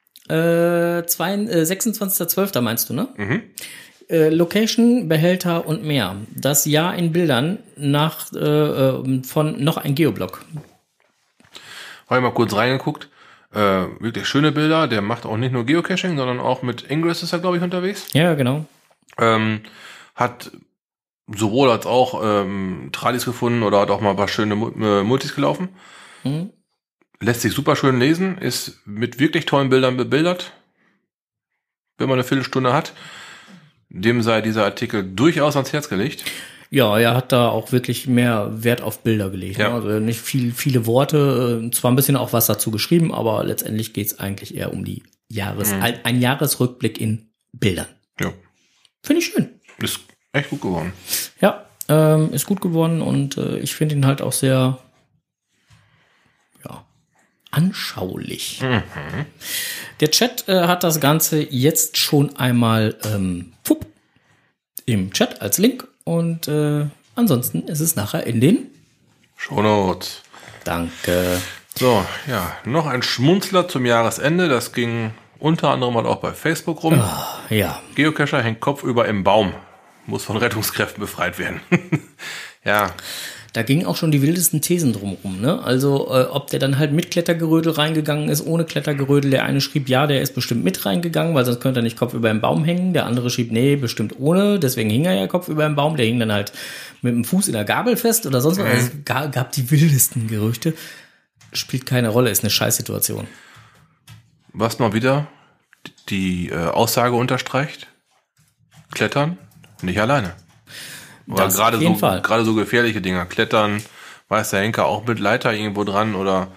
26.12. meinst du, ne? Mhm. Location, Behälter und mehr. Das Jahr in Bildern von noch ein Geoblock. Habe ich mal kurz reingeguckt. Wirklich schöne Bilder. Der macht auch nicht nur Geocaching, sondern auch mit Ingress ist er, glaube ich, unterwegs. Ja, genau. Hat sowohl als auch Tradis gefunden oder hat auch mal ein paar schöne Multis gelaufen. Mhm. Lässt sich super schön lesen. Ist mit wirklich tollen Bildern bebildert. Wenn man eine Viertelstunde hat. Dem sei dieser Artikel durchaus ans Herz gelegt. Ja, er hat da auch wirklich mehr Wert auf Bilder gelegt. Ja. Ne? Also nicht viele Worte, zwar ein bisschen auch was dazu geschrieben, aber letztendlich geht's eigentlich eher um die ein Jahresrückblick in Bildern. Ja. Finde ich schön. Ist echt gut geworden. Ja, ist gut geworden und ich finde ihn halt auch sehr anschaulich. Mhm. Der Chat hat das Ganze jetzt schon einmal im Chat als Link und ansonsten ist es nachher in den Shownotes. Danke. So, ja, noch ein Schmunzler zum Jahresende. Das ging unter anderem mal auch bei Facebook rum. Ja. Geocacher hängt kopfüber im Baum. Muss von Rettungskräften befreit werden. Ja. Da gingen auch schon die wildesten Thesen drumherum, ne? Also, ob der dann halt mit Klettergerödel reingegangen ist, ohne Klettergerödel. Der eine schrieb, ja, der ist bestimmt mit reingegangen, weil sonst könnte er nicht kopfüber im Baum hängen. Der andere schrieb, nee, bestimmt ohne. Deswegen hing er ja kopfüber im Baum. Der hing dann halt mit dem Fuß in der Gabel fest oder sonst was. Es gab die wildesten Gerüchte. Spielt keine Rolle, ist eine Scheißsituation. Was mal wieder die Aussage unterstreicht. Klettern, nicht alleine. Oder gerade so gefährliche Dinger. Klettern, weiß der Henker auch mit Leiter irgendwo dran oder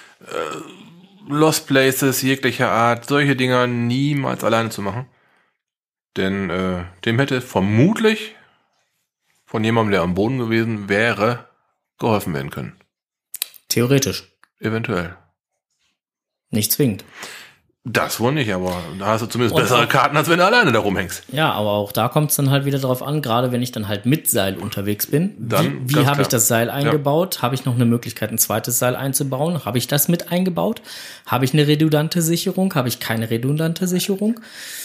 Lost Places jeglicher Art. Solche Dinger niemals alleine zu machen. Denn dem hätte vermutlich von jemandem, der am Boden gewesen wäre, geholfen werden können. Theoretisch. Eventuell. Nicht zwingend. Das wohl nicht, aber da hast du zumindest bessere Karten, als wenn du alleine da rumhängst. Ja, aber auch da kommt es dann halt wieder drauf an, gerade wenn ich dann halt mit Seil unterwegs bin. Dann wie habe ich das Seil eingebaut? Ja. Habe ich noch eine Möglichkeit, ein zweites Seil einzubauen? Habe ich das mit eingebaut? Habe ich eine redundante Sicherung? Habe ich keine redundante Sicherung?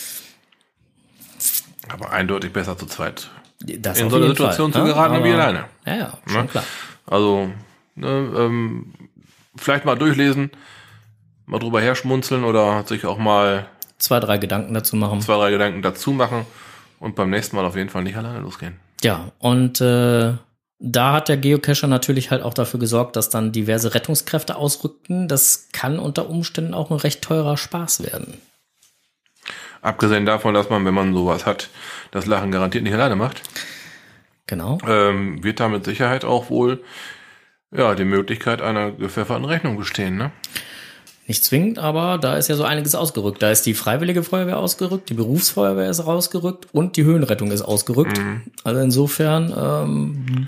Aber eindeutig besser zu zweit. Das in so eine Situation zu geraten wie alleine. Ja, schon klar. Also, vielleicht mal durchlesen, mal drüber herschmunzeln oder sich auch mal 2-3 Gedanken dazu machen. 2-3 Gedanken dazu machen und beim nächsten Mal auf jeden Fall nicht alleine losgehen. Ja, und da hat der Geocacher natürlich halt auch dafür gesorgt, dass dann diverse Rettungskräfte ausrückten. Das kann unter Umständen auch ein recht teurer Spaß werden. Abgesehen davon, dass man, wenn man sowas hat, das Lachen garantiert nicht alleine macht. Genau. Wird da mit Sicherheit auch wohl die Möglichkeit einer gepfefferten Rechnung bestehen, ne? Nicht zwingend, aber da ist ja so einiges ausgerückt. Da ist die Freiwillige Feuerwehr ausgerückt, die Berufsfeuerwehr ist rausgerückt und die Höhenrettung ist ausgerückt. Mhm. Also insofern,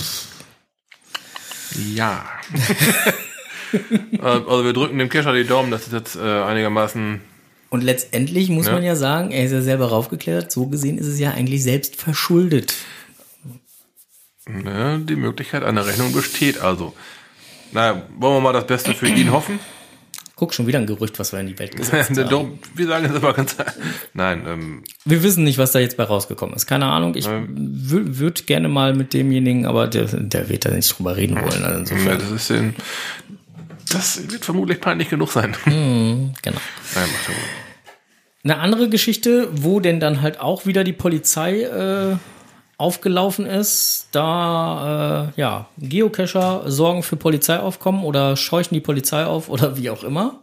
ja. Also wir drücken dem Cacher die Daumen, dass es jetzt einigermaßen... Und letztendlich muss man ja sagen, er ist ja selber raufgeklettert, so gesehen ist es ja eigentlich selbst verschuldet. Die Möglichkeit einer Rechnung besteht also. Naja, wollen wir mal das Beste für ihn hoffen? Guck, schon wieder ein Gerücht, was wir in die Welt gesetzt haben. Wir sagen es immer ganz... Nein. Wir wissen nicht, was da jetzt bei rausgekommen ist. Keine Ahnung. Ich würde gerne mal mit demjenigen, aber der wird da nicht drüber reden wollen. Also insofern. Das wird vermutlich peinlich genug sein. Genau. Nein, macht er wohl. Eine andere Geschichte, wo denn dann halt auch wieder die Polizei aufgelaufen ist, da Geocacher sorgen für Polizeiaufkommen oder scheuchen die Polizei auf oder wie auch immer.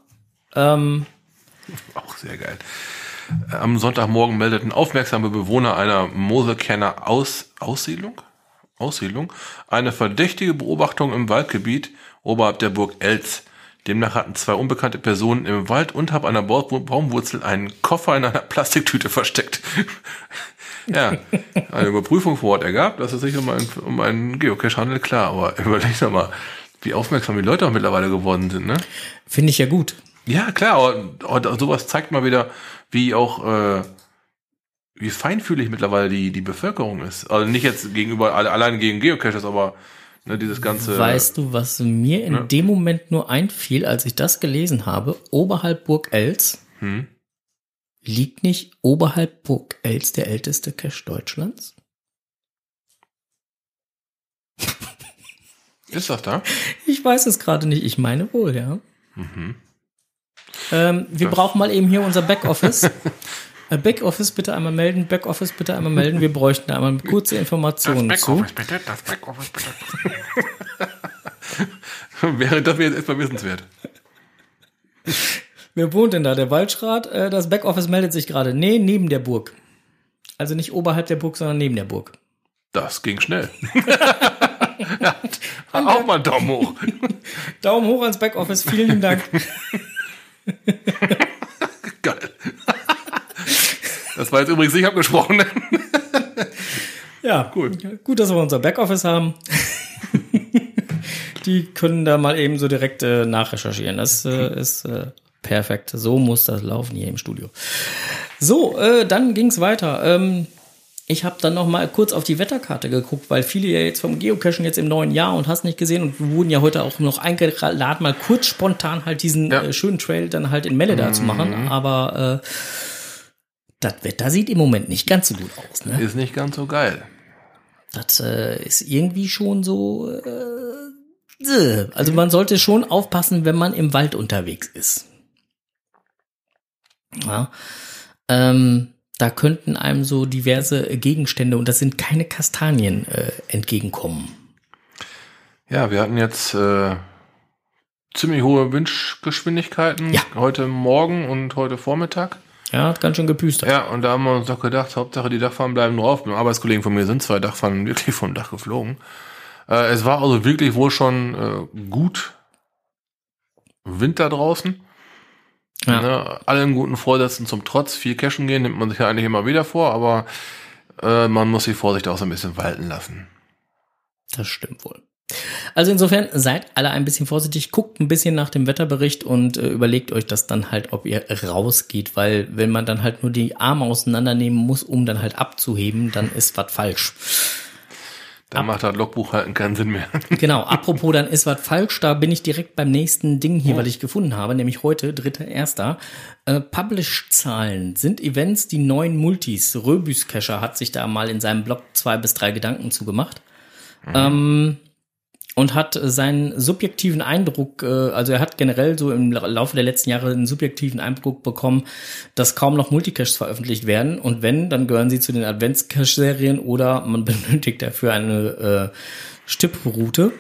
Auch sehr geil. Am Sonntagmorgen meldeten aufmerksame Bewohner einer Moselkerner Aussiedlung eine verdächtige Beobachtung im Waldgebiet oberhalb der Burg Elz. Demnach hatten 2 unbekannte Personen im Wald unterhalb einer Baumwurzel einen Koffer in einer Plastiktüte versteckt. Ja, eine Überprüfung vor Ort ergab, dass es sich um einen Geocache handelt, klar, aber überleg doch mal, wie aufmerksam die Leute auch mittlerweile geworden sind, ne? Finde ich ja gut. Ja, klar, aber sowas zeigt mal wieder, wie feinfühlig mittlerweile die Bevölkerung ist. Also nicht jetzt gegenüber, allein gegen Geocaches, aber ne, dieses ganze... Weißt du, was mir in dem Moment nur einfiel, als ich das gelesen habe? Oberhalb Burg Elz liegt nicht oberhalb Burg Elz der älteste Cache Deutschlands? Ist das da? Ich weiß es gerade nicht. Ich meine wohl, ja. Wir brauchen mal eben hier unser Backoffice. Backoffice bitte einmal melden. Backoffice bitte einmal melden. Wir bräuchten da einmal kurze Informationen das Backoffice bitte. Wäre das jetzt erstmal wissenswert. Wer wohnt denn da? Der Waldschrat? Das Backoffice meldet sich gerade. Nee, neben der Burg. Also nicht oberhalb der Burg, sondern neben der Burg. Das ging schnell. Ja, auch mal Daumen hoch. Daumen hoch ans Backoffice. Vielen lieben Dank. Geil. Das war jetzt übrigens nicht abgesprochen. Ja, gut, dass wir unser Backoffice haben. Die können da mal eben so direkt nachrecherchieren. Das ist perfekt. So muss das laufen hier im Studio. So, dann ging's weiter. Ich habe dann noch mal kurz auf die Wetterkarte geguckt, weil viele ja jetzt vom Geocachen jetzt im neuen Jahr und hast nicht gesehen und wir wurden ja heute auch noch eingeladen, mal kurz spontan halt diesen schönen Trail dann halt in Meleda zu machen. Aber das Wetter sieht im Moment nicht ganz so gut aus. Ne? Ist nicht ganz so geil. Das ist irgendwie schon so... Also man sollte schon aufpassen, wenn man im Wald unterwegs ist. Ja. Da könnten einem so diverse Gegenstände, und das sind keine Kastanien, entgegenkommen. Ja, wir hatten jetzt ziemlich hohe Windgeschwindigkeiten heute Morgen und heute Vormittag. Ja, hat ganz schön gepüstert. Ja, und da haben wir uns doch gedacht, Hauptsache die Dachpfannen bleiben drauf. Mit Arbeitskollegen von mir sind 2 Dachpfannen wirklich vom Dach geflogen. Es war also wirklich wohl schon gut Wind da draußen. Ja. Ne, allen guten Vorsätzen zum Trotz, viel cashen gehen, nimmt man sich ja eigentlich immer wieder vor, aber man muss die Vorsicht auch so ein bisschen walten lassen. Das stimmt wohl. Also insofern seid alle ein bisschen vorsichtig, guckt ein bisschen nach dem Wetterbericht und überlegt euch das dann halt, ob ihr rausgeht, weil wenn man dann halt nur die Arme auseinandernehmen muss, um dann halt abzuheben, dann ist was falsch. Dann macht das Logbuch halt keinen Sinn mehr. Genau, apropos, dann ist was falsch, da bin ich direkt beim nächsten Ding hier, was ich gefunden habe, nämlich heute, 3.1. Publish-Zahlen sind Events, die neuen Multis. Röbüs-Cacher hat sich da mal in seinem Blog 2 bis 3 Gedanken zugemacht. Und hat seinen subjektiven Eindruck, also er hat generell so im Laufe der letzten Jahre einen subjektiven Eindruck bekommen, dass kaum noch Multicaches veröffentlicht werden. Und wenn, dann gehören sie zu den Advents-Cache-Serien oder man benötigt dafür eine Stipproute.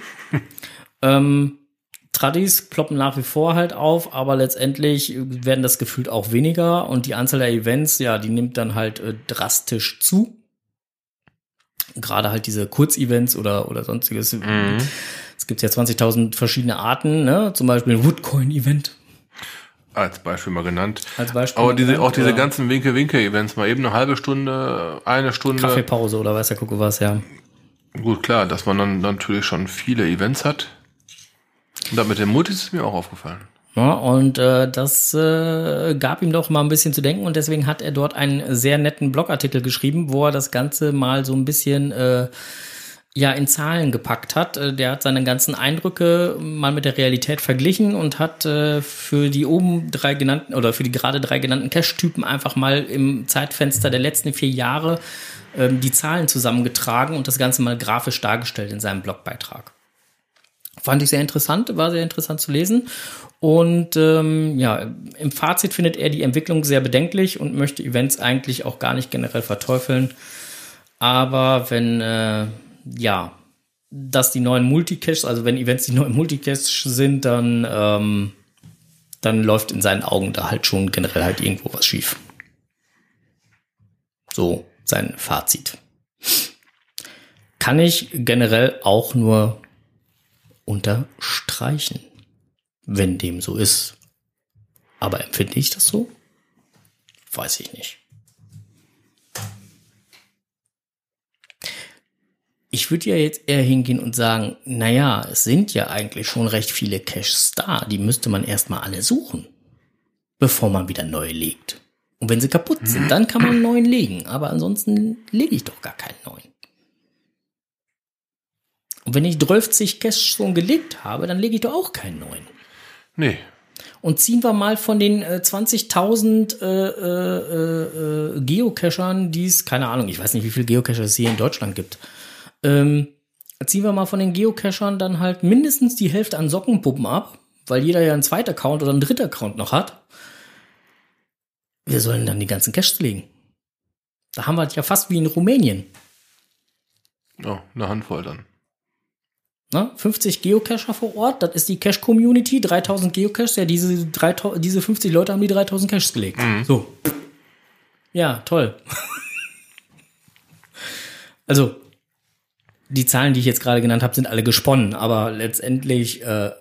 Tradis ploppen nach wie vor halt auf, aber letztendlich werden das gefühlt auch weniger. Und die Anzahl der Events, ja, die nimmt dann halt drastisch zu. Gerade halt diese Kurzevents oder sonstiges. Es gibt ja 20.000 verschiedene Arten, ne? Zum Beispiel ein Woodcoin-Event. Als Beispiel mal genannt. Als Beispiel. Aber diese ganzen Winke-Winke-Events, mal eben eine halbe Stunde, eine Stunde. Kaffeepause oder weiß der Kuckuck was, ja. Gut, klar, dass man dann natürlich schon viele Events hat. Und damit den Multis ist mir auch aufgefallen. Ja, und das gab ihm doch mal ein bisschen zu denken und deswegen hat er dort einen sehr netten Blogartikel geschrieben, wo er das Ganze mal so ein bisschen in Zahlen gepackt hat. Der hat seine ganzen Eindrücke mal mit der Realität verglichen und hat für die oben 3 genannten oder für die gerade 3 genannten Cache-Typen einfach mal im Zeitfenster der letzten 4 Jahre die Zahlen zusammengetragen und das Ganze mal grafisch dargestellt in seinem Blogbeitrag. Fand ich sehr interessant, war sehr interessant zu lesen. Und im Fazit findet er die Entwicklung sehr bedenklich und möchte Events eigentlich auch gar nicht generell verteufeln. Aber wenn, dass die neuen Multicaches, also wenn Events die neuen Multicaches sind, dann läuft in seinen Augen da halt schon generell halt irgendwo was schief. So sein Fazit. Kann ich generell auch nur unterstreichen, wenn dem so ist. Aber empfinde ich das so? Weiß ich nicht. Ich würde ja jetzt eher hingehen und sagen, naja, es sind ja eigentlich schon recht viele Caches da. Die müsste man erstmal alle suchen, bevor man wieder neu legt. Und wenn sie kaputt sind, dann kann man einen neuen legen. Aber ansonsten lege ich doch gar keinen neuen. Und wenn ich 12 Caches schon gelegt habe, dann lege ich doch auch keinen neuen. Nee. Und ziehen wir mal von den 20.000 Geocachern, die es, keine Ahnung, ich weiß nicht, wie viele Geocacher es hier in Deutschland gibt. Ziehen wir mal von den Geocachern dann halt mindestens die Hälfte an Sockenpuppen ab, weil jeder ja einen zweiten Account oder einen dritten Account noch hat. Wir sollen dann die ganzen Caches legen. Da haben wir es ja fast wie in Rumänien. Ja, eine Handvoll dann. 50 Geocacher vor Ort, das ist die Cache-Community, 3000 Geocaches, ja, diese 50 Leute haben die 3000 Caches gelegt. Mhm. So. Ja, toll. Also, die Zahlen, die ich jetzt gerade genannt habe, sind alle gesponnen, aber letztendlich, wer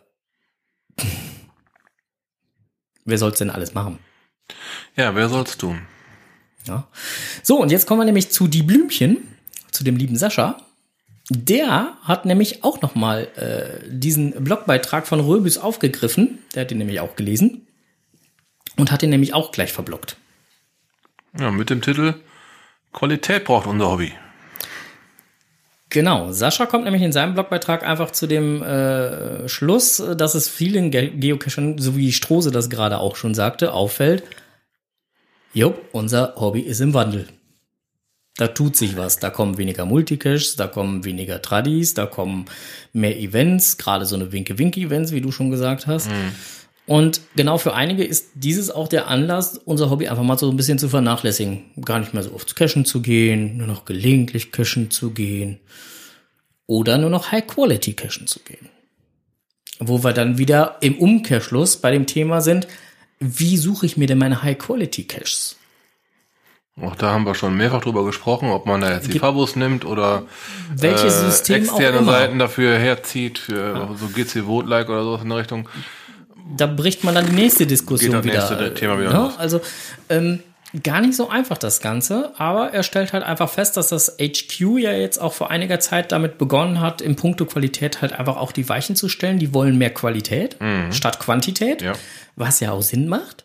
soll's denn alles machen? Ja, wer soll's tun? Ja. So, und jetzt kommen wir nämlich zu Die Blümchen, zu dem lieben Sascha. Der hat nämlich auch noch mal diesen Blogbeitrag von Röbus aufgegriffen. Der hat ihn nämlich auch gelesen und hat ihn nämlich auch gleich verblockt. Ja, mit dem Titel Qualität braucht unser Hobby. Genau, Sascha kommt nämlich in seinem Blogbeitrag einfach zu dem Schluss, dass es vielen Geocachern, so wie Strose das gerade auch schon sagte, auffällt, unser Hobby ist im Wandel. Da tut sich was, da kommen weniger Multicaches, da kommen weniger Tradis, da kommen mehr Events, gerade so eine Winke-Winke-Events, wie du schon gesagt hast. Mhm. Und genau für einige ist dieses auch der Anlass, unser Hobby einfach mal so ein bisschen zu vernachlässigen. Gar nicht mehr so oft cachen zu gehen, nur noch gelegentlich cachen zu gehen oder nur noch High-Quality cachen zu gehen. Wo wir dann wieder im Umkehrschluss bei dem Thema sind, wie suche ich mir denn meine High-Quality-Caches? Auch da haben wir schon mehrfach drüber gesprochen, ob man da jetzt die Fabos nimmt oder welches System externe Seiten dafür herzieht, für so GC Vote-like oder sowas in der Richtung. Da bricht man dann die nächste Diskussion wieder. Nächste Thema wieder los. Also gar nicht so einfach das Ganze, aber er stellt halt einfach fest, dass das HQ ja jetzt auch vor einiger Zeit damit begonnen hat, in puncto Qualität halt einfach auch die Weichen zu stellen. Die wollen mehr Qualität statt Quantität, was ja auch Sinn macht.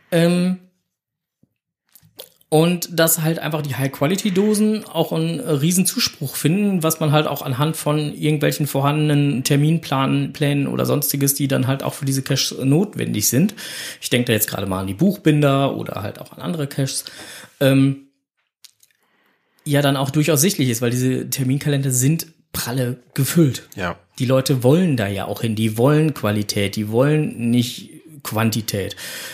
Und dass halt einfach die High-Quality-Dosen auch einen riesen Zuspruch finden, was man halt auch anhand von irgendwelchen vorhandenen Terminplänen oder sonstiges, die dann halt auch für diese Caches notwendig sind. Ich denke da jetzt gerade mal an die Buchbinder oder halt auch an andere Caches. Ja, dann auch durchaus sichtlich ist, weil diese Terminkalender sind pralle gefüllt. Ja. Die Leute wollen da ja auch hin, die wollen Qualität, die wollen nicht Quantität.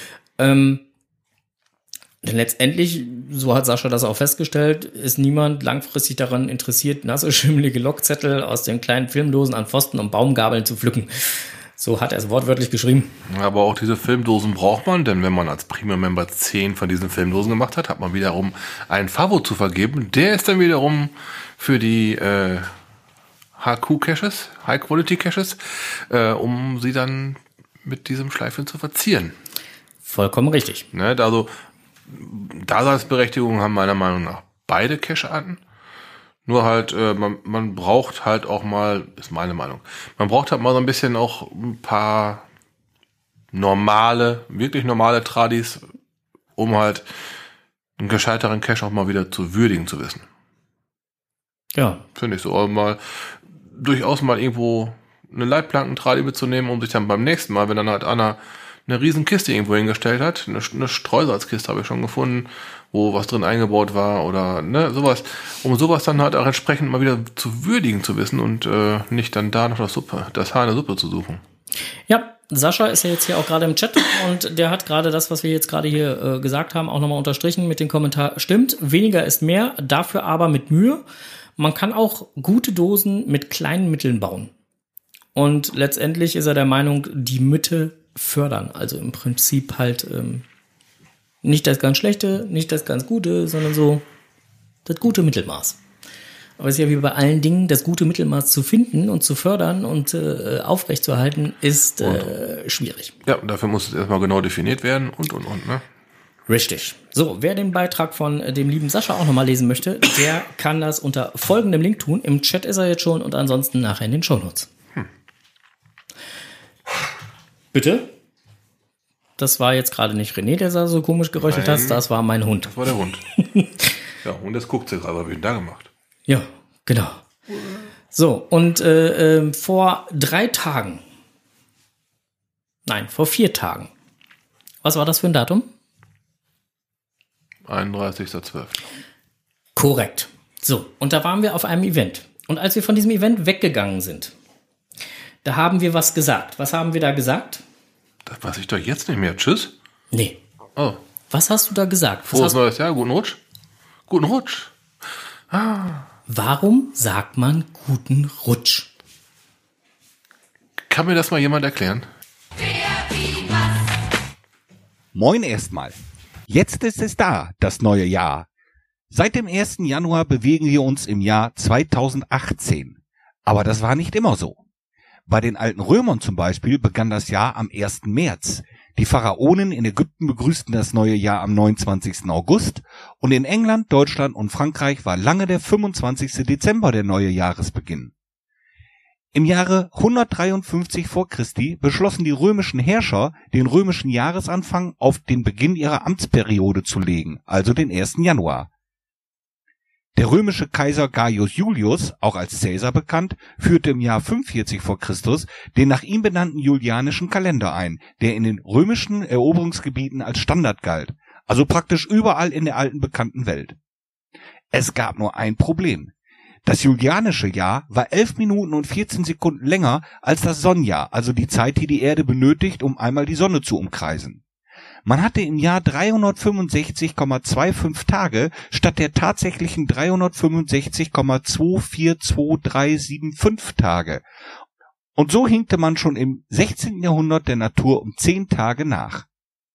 Denn letztendlich, so hat Sascha das auch festgestellt, ist niemand langfristig daran interessiert, nasse, schimmelige Lockzettel aus den kleinen Filmdosen an Pfosten und Baumgabeln zu pflücken. So hat er es wortwörtlich geschrieben. Aber auch diese Filmdosen braucht man, denn wenn man als Premium-Member 10 von diesen Filmdosen gemacht hat, hat man wiederum einen Favo zu vergeben. Der ist dann wiederum für die HQ-Caches, High-Quality-Caches, um sie dann mit diesem Schleifchen zu verzieren. Vollkommen richtig. Ne, also Daseinsberechtigung haben meiner Meinung nach beide Cache-Arten. Nur halt, man braucht halt auch mal, ist meine Meinung, man braucht halt mal so ein bisschen auch ein paar wirklich normale Tradis, um halt einen gescheiteren Cache auch mal wieder zu würdigen zu wissen. Ja. Finde ich so. Aber durchaus mal irgendwo eine Leitplanken-Tradi mitzunehmen, um sich dann beim nächsten Mal, wenn dann halt einer eine riesen Kiste irgendwo hingestellt hat, eine Streusalzkiste habe ich schon gefunden, wo was drin eingebaut war oder sowas, um sowas dann halt auch entsprechend mal wieder zu würdigen zu wissen und nicht dann da noch das Haar in der Suppe zu suchen. Ja, Sascha ist ja jetzt hier auch gerade im Chat und der hat gerade das, was wir jetzt gerade hier gesagt haben, auch nochmal unterstrichen mit dem Kommentar. Stimmt, weniger ist mehr, dafür aber mit Mühe. Man kann auch gute Dosen mit kleinen Mitteln bauen. Und letztendlich ist er der Meinung, die Mitte fördern. Also im Prinzip halt nicht das ganz Schlechte, nicht das ganz Gute, sondern so das gute Mittelmaß. Aber es ist ja wie bei allen Dingen, das gute Mittelmaß zu finden und zu fördern und aufrechtzuerhalten, ist schwierig. Ja, dafür muss es erstmal genau definiert werden und, ne? Richtig. So, wer den Beitrag von dem lieben Sascha auch nochmal lesen möchte, der kann das unter folgendem Link tun. Im Chat ist er jetzt schon und ansonsten nachher in den Shownotes. Bitte? Das war jetzt gerade nicht René, der so komisch geröchelt hat, das war mein Hund. Das war der Hund. Ja, und das guckt sich gerade, was hab ich denn da gemacht? Ja, genau. So, und vor 3 Tagen, nein, vor 4 Tagen, was war das für ein Datum? 31.12. Korrekt. So, und da waren wir auf einem Event. Und als wir von diesem Event weggegangen sind, da haben wir was gesagt. Was haben wir da gesagt? Das weiß ich doch jetzt nicht mehr. Tschüss? Nee. Oh. Was hast du da gesagt? Frohes neues Jahr, guten Rutsch. Guten Rutsch. Warum sagt man guten Rutsch? Kann mir das mal jemand erklären? Moin erstmal. Jetzt ist es da, das neue Jahr. Seit dem 1. Januar bewegen wir uns im Jahr 2018. Aber das war nicht immer so. Bei den alten Römern zum Beispiel begann das Jahr am 1. März. Die Pharaonen in Ägypten begrüßten das neue Jahr am 29. August und in England, Deutschland und Frankreich war lange der 25. Dezember der neue Jahresbeginn. Im Jahre 153 vor Christi beschlossen die römischen Herrscher, den römischen Jahresanfang auf den Beginn ihrer Amtsperiode zu legen, also den 1. Januar. Der römische Kaiser Gaius Julius, auch als Caesar bekannt, führte im Jahr 45 vor Christus den nach ihm benannten julianischen Kalender ein, der in den römischen Eroberungsgebieten als Standard galt, also praktisch überall in der alten bekannten Welt. Es gab nur ein Problem. Das julianische Jahr war 11 Minuten und 14 Sekunden länger als das Sonnenjahr, also die Zeit, die die Erde benötigt, um einmal die Sonne zu umkreisen. Man hatte im Jahr 365,25 Tage statt der tatsächlichen 365,242375 Tage. Und so hinkte man schon im 16. Jahrhundert der Natur um 10 Tage nach.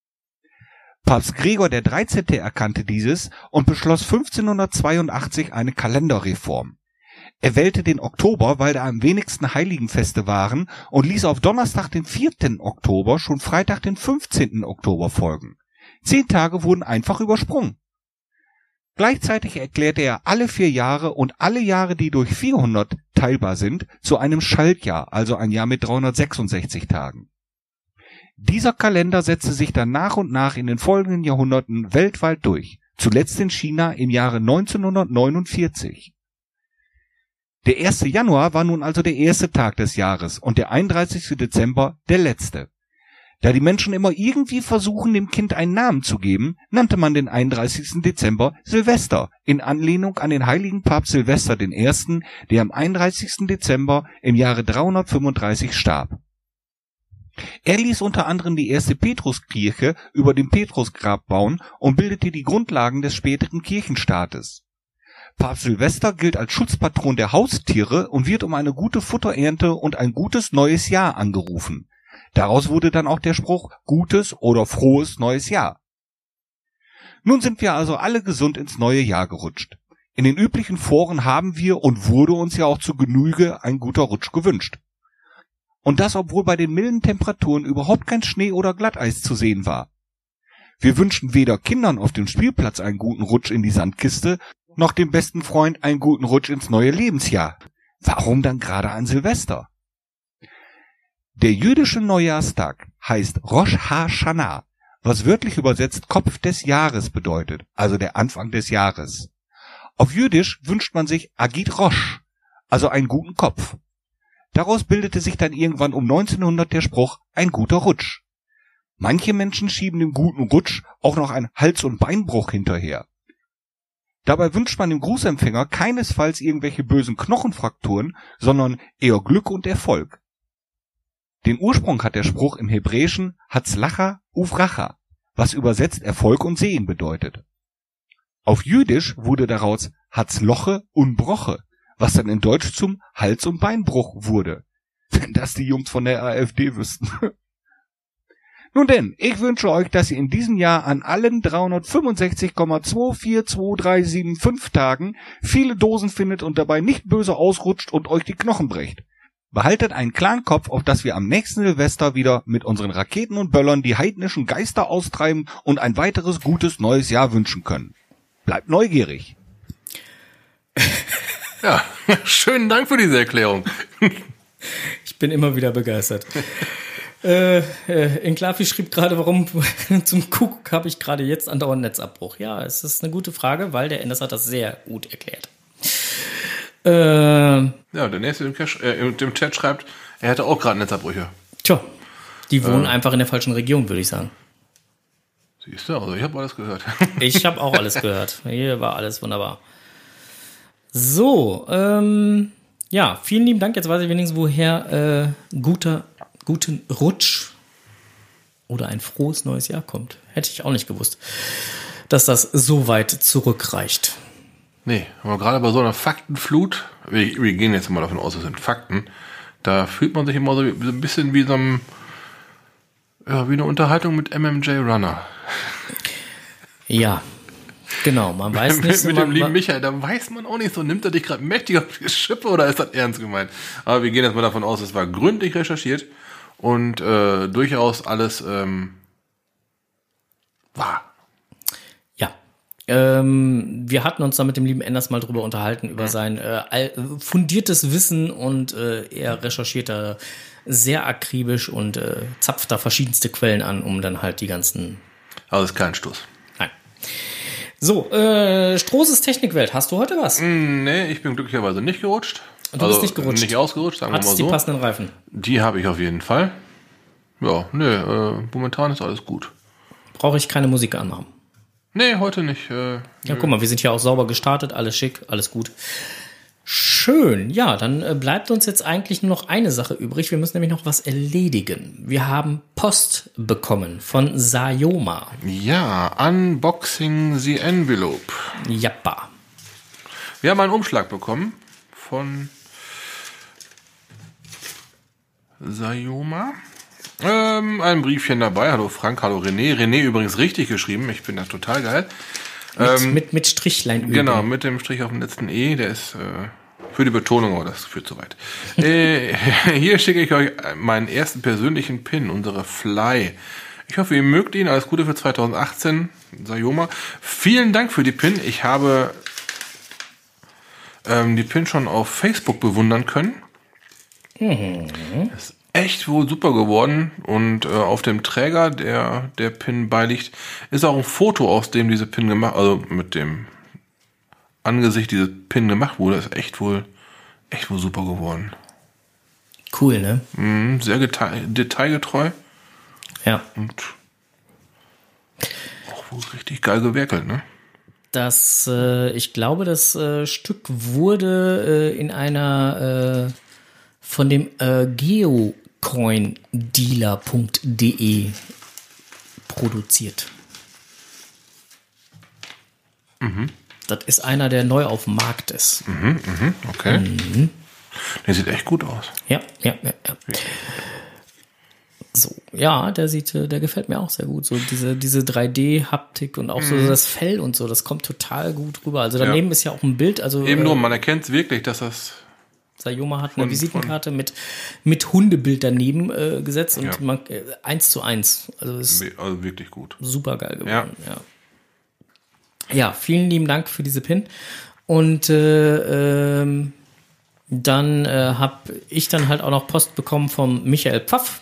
Papst Gregor XIII. Erkannte dieses und beschloss 1582 eine Kalenderreform. Er wählte den Oktober, weil da am wenigsten Heiligenfeste waren, und ließ auf Donnerstag, den 4. Oktober, schon Freitag, den 15. Oktober folgen. 10 Tage wurden einfach übersprungen. Gleichzeitig erklärte er alle 4 Jahre und alle Jahre, die durch 400 teilbar sind, zu einem Schaltjahr, also ein Jahr mit 366 Tagen. Dieser Kalender setzte sich dann nach und nach in den folgenden Jahrhunderten weltweit durch, zuletzt in China im Jahre 1949. Der 1. Januar war nun also der erste Tag des Jahres und der 31. Dezember der letzte. Da die Menschen immer irgendwie versuchen, dem Kind einen Namen zu geben, nannte man den 31. Dezember Silvester, in Anlehnung an den heiligen Papst Silvester I., der am 31. Dezember im Jahre 335 starb. Er ließ unter anderem die erste Petruskirche über dem Petrusgrab bauen und bildete die Grundlagen des späteren Kirchenstaates. Papst Silvester gilt als Schutzpatron der Haustiere und wird um eine gute Futterernte und ein gutes neues Jahr angerufen. Daraus wurde dann auch der Spruch Gutes oder Frohes neues Jahr. Nun sind wir also alle gesund ins neue Jahr gerutscht. In den üblichen Foren haben wir und wurde uns ja auch zu Genüge ein guter Rutsch gewünscht. Und das, obwohl bei den milden Temperaturen überhaupt kein Schnee oder Glatteis zu sehen war. Wir wünschen weder Kindern auf dem Spielplatz einen guten Rutsch in die Sandkiste, noch dem besten Freund einen guten Rutsch ins neue Lebensjahr. Warum dann gerade an Silvester? Der jüdische Neujahrstag heißt Rosh Hashanah, was wörtlich übersetzt Kopf des Jahres bedeutet, also der Anfang des Jahres. Auf Jüdisch wünscht man sich Agit Rosh, also einen guten Kopf. Daraus bildete sich dann irgendwann um 1900 der Spruch ein guter Rutsch. Manche Menschen schieben dem guten Rutsch auch noch einen Hals- und Beinbruch hinterher. Dabei wünscht man dem Grußempfänger keinesfalls irgendwelche bösen Knochenfrakturen, sondern eher Glück und Erfolg. Den Ursprung hat der Spruch im Hebräischen Hatzlacha uvracha, was übersetzt Erfolg und Segen bedeutet. Auf Jüdisch wurde daraus Hatzloche und Broche, was dann in Deutsch zum Hals- und Beinbruch wurde. Wenn das die Jungs von der AfD wüssten. Nun denn, ich wünsche euch, dass ihr in diesem Jahr an allen 365,24237,5 Tagen viele Dosen findet und dabei nicht böse ausrutscht und euch die Knochen bricht. Behaltet einen klaren Kopf, auf dass wir am nächsten Silvester wieder mit unseren Raketen und Böllern die heidnischen Geister austreiben und ein weiteres gutes neues Jahr wünschen können. Bleibt neugierig. Ja, schönen Dank für diese Erklärung. Ich bin immer wieder begeistert. Enklavi schrieb gerade, warum zum Kuckuck habe ich gerade jetzt andauernd Netzabbruch. Ja, es ist eine gute Frage, weil der Enders hat das sehr gut erklärt. Ja, der nächste im Chat schreibt, er hätte auch gerade Netzabbrüche. Tja, die wohnen einfach in der falschen Region, würde ich sagen. Siehst du, also ich habe alles gehört. Ich habe auch alles gehört. Hier war alles wunderbar. So, ja, vielen lieben Dank. Jetzt weiß ich wenigstens, woher guten Rutsch oder ein frohes neues Jahr kommt. Hätte ich auch nicht gewusst, dass das so weit zurückreicht. Nee, aber gerade bei so einer Faktenflut, wir gehen jetzt mal davon aus, es sind Fakten, da fühlt man sich immer so ein bisschen wie so ein, ja, wie eine Unterhaltung mit MMJ Runner. Ja, genau, man weiß nicht so. Mit dem lieben Michael, da weiß man auch nicht so, nimmt er dich gerade mächtig auf die Schippe oder ist das ernst gemeint? Aber wir gehen jetzt mal davon aus, es war gründlich recherchiert und durchaus alles wahr. Ja, wir hatten uns da mit dem lieben Enders mal drüber unterhalten, über sein fundiertes Wissen und er recherchiert da sehr akribisch und zapft da verschiedenste Quellen an, um dann halt die ganzen... Also ist kein Stoß. Nein. So, Strohses Technikwelt, hast du heute was? Nee, ich bin glücklicherweise nicht gerutscht. Du bist nicht gerutscht? Nicht ausgerutscht, sagen wir mal so. Hattest die passenden Reifen? Die habe ich auf jeden Fall. Ja, momentan ist alles gut. Brauche ich keine Musik anmachen? Nee, heute nicht. Ja, guck mal, wir sind hier auch sauber gestartet, alles schick, alles gut. Schön, ja, dann bleibt uns jetzt eigentlich nur noch eine Sache übrig. Wir müssen nämlich noch was erledigen. Wir haben Post bekommen von Sayoma. Ja, Unboxing the Envelope. Jappa. Wir haben einen Umschlag bekommen von Sayoma. Ein Briefchen dabei. Hallo Frank, hallo René. René übrigens richtig geschrieben. Ich finde das total geil. Mit Strichlein üben. Genau, mit dem Strich auf dem letzten E. Der ist für die Betonung, aber das führt zu weit. Hier schicke ich euch meinen ersten persönlichen Pin, unsere Fly. Ich hoffe, ihr mögt ihn. Alles Gute für 2018, Sayoma. Vielen Dank für die Pin. Ich habe die Pin schon auf Facebook bewundern können. Ist echt wohl super geworden. Und auf dem Träger, der Pin beiliegt, ist auch ein Foto, aus dem diese Pin gemacht, also mit dem Angesicht diese Pin gemacht wurde, ist echt wohl super geworden. Cool, ne? Sehr detailgetreu. Ja. Und auch wohl richtig geil gewerkelt, ne? Ich glaube, das Stück wurde in einer von dem geocoindealer.de produziert. Das ist einer, der neu auf dem Markt ist. Okay. Der sieht echt gut aus. Ja. So, ja, der gefällt mir auch sehr gut. So diese 3D-Haptik und auch so das Fell und so, das kommt total gut rüber. Also daneben ist ja auch ein Bild. Also eben nur, man erkennt es wirklich, dass das... Sayoma hat eine Visitenkarte mit Hundebild daneben gesetzt und 1:1. Also wirklich gut. Super geil geworden. Ja, vielen lieben Dank für diese Pin. Und dann habe ich dann halt auch noch Post bekommen vom Michael Pfaff.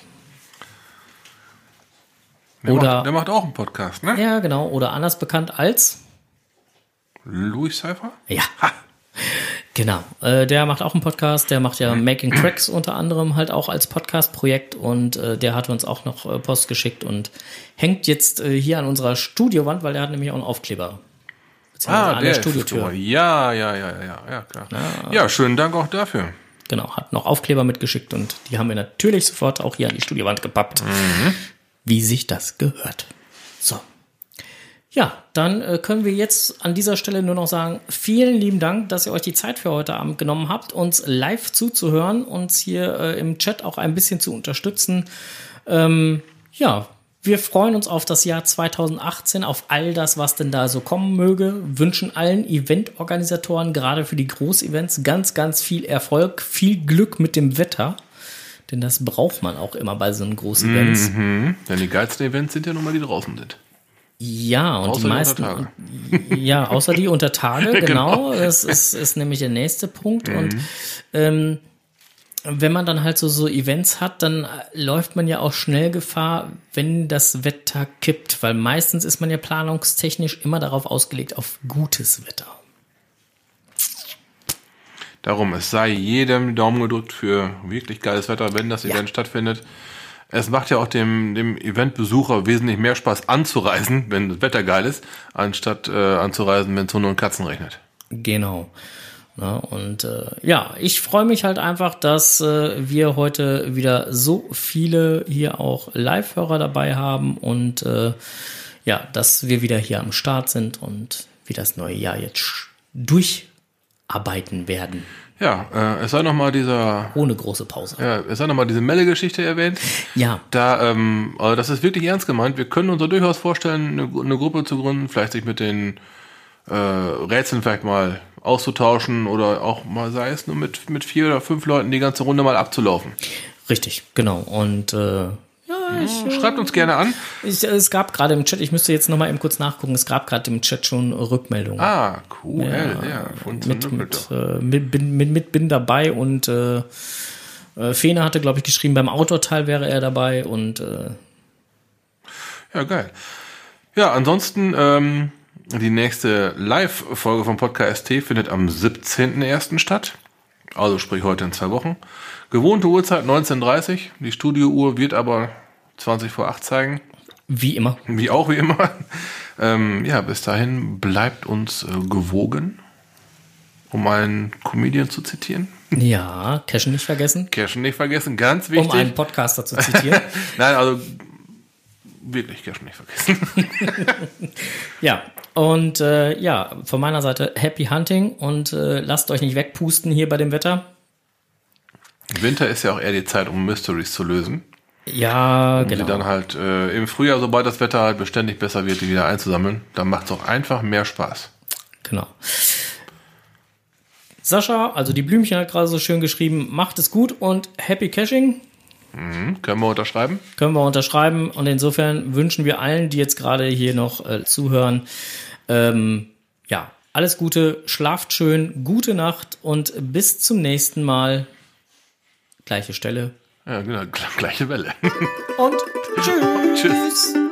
Der macht auch einen Podcast, ne? Ja, genau. Oder anders bekannt als Louis Cypher? Ja. Ha. Genau. Der macht auch einen Podcast. Der macht ja Making Tracks unter anderem halt auch als Podcast-Projekt. Und der hat uns auch noch Post geschickt und hängt jetzt hier an unserer Studiowand, weil der hat nämlich auch einen Aufkleber. An der Studiotür. Ja, klar. Ja, schönen Dank auch dafür. Genau, hat noch Aufkleber mitgeschickt und die haben wir natürlich sofort auch hier an die Studiowand gepappt, wie sich das gehört. So. Ja, dann können wir jetzt an dieser Stelle nur noch sagen, vielen lieben Dank, dass ihr euch die Zeit für heute Abend genommen habt, uns live zuzuhören, uns hier im Chat auch ein bisschen zu unterstützen. Ja, wir freuen uns auf das Jahr 2018, auf all das, was denn da so kommen möge, wünschen allen Eventorganisatoren, gerade für die Großevents, ganz, ganz viel Erfolg, viel Glück mit dem Wetter, denn das braucht man auch immer bei so einen Großevents. Denn die geilsten Events sind ja nun mal die draußen sind. Ja, und außer die meisten, ja, außer die unter Tage, genau. Das ist nämlich der nächste Punkt. Und wenn man dann halt so Events hat, dann läuft man ja auch schnell Gefahr, wenn das Wetter kippt, weil meistens ist man ja planungstechnisch immer darauf ausgelegt, auf gutes Wetter. Darum, es sei jedem Daumen gedrückt für wirklich geiles Wetter, wenn das Event stattfindet. Es macht ja auch dem Eventbesucher wesentlich mehr Spaß anzureisen, wenn das Wetter geil ist, anstatt anzureisen, wenn es Hunde und Katzen regnet. Genau. Ja, und ja, ich freue mich halt einfach, dass wir heute wieder so viele hier auch Live-Hörer dabei haben und ja, dass wir wieder hier am Start sind und wir das neue Jahr jetzt durcharbeiten werden. Ja, es sei nochmal ohne große Pause. Ja, es sei nochmal diese Melle-Geschichte erwähnt. Ja. Da, also das ist wirklich ernst gemeint. Wir können uns durchaus vorstellen, eine Gruppe zu gründen, vielleicht sich mit den Rätseln vielleicht mal auszutauschen oder auch mal, sei es nur mit 4 oder 5 Leuten die ganze Runde mal abzulaufen. Richtig, genau. Und schreibt uns gerne an. Es gab gerade im Chat, ich müsste jetzt noch mal eben kurz nachgucken, es gab gerade im Chat schon Rückmeldungen. Ah, cool. Ja, bin dabei und Fene hatte, glaube ich, geschrieben, beim Outdoor-Teil wäre er dabei und ja, geil. Ja, ansonsten die nächste Live-Folge vom Podcast ST findet am 17.01. statt. Also sprich heute in 2 Wochen. Gewohnte Uhrzeit 19:30. Die Studiouhr wird aber 20 vor 8 zeigen. Wie immer. Wie immer. Ja, bis dahin bleibt uns gewogen, um einen Comedian zu zitieren. Ja, Cashen nicht vergessen. Cashen nicht vergessen, ganz wichtig. Um einen Podcaster zu zitieren. Nein, also wirklich Cashen nicht vergessen. Ja, und ja, von meiner Seite Happy Hunting und lasst euch nicht wegpusten hier bei dem Wetter. Winter ist ja auch eher die Zeit, um Mysteries zu lösen. Ja, genau. Die dann halt im Frühjahr, sobald das Wetter halt beständig besser wird, die wieder einzusammeln. Dann macht es auch einfach mehr Spaß. Genau. Sascha, also die Blümchen hat gerade so schön geschrieben, macht es gut und Happy Caching. Können wir unterschreiben? Können wir unterschreiben und insofern wünschen wir allen, die jetzt gerade hier noch zuhören, ja, alles Gute, schlaft schön, gute Nacht und bis zum nächsten Mal. Gleiche Stelle. Ja, genau, gleiche Welle. Und tschüss. Tschüss.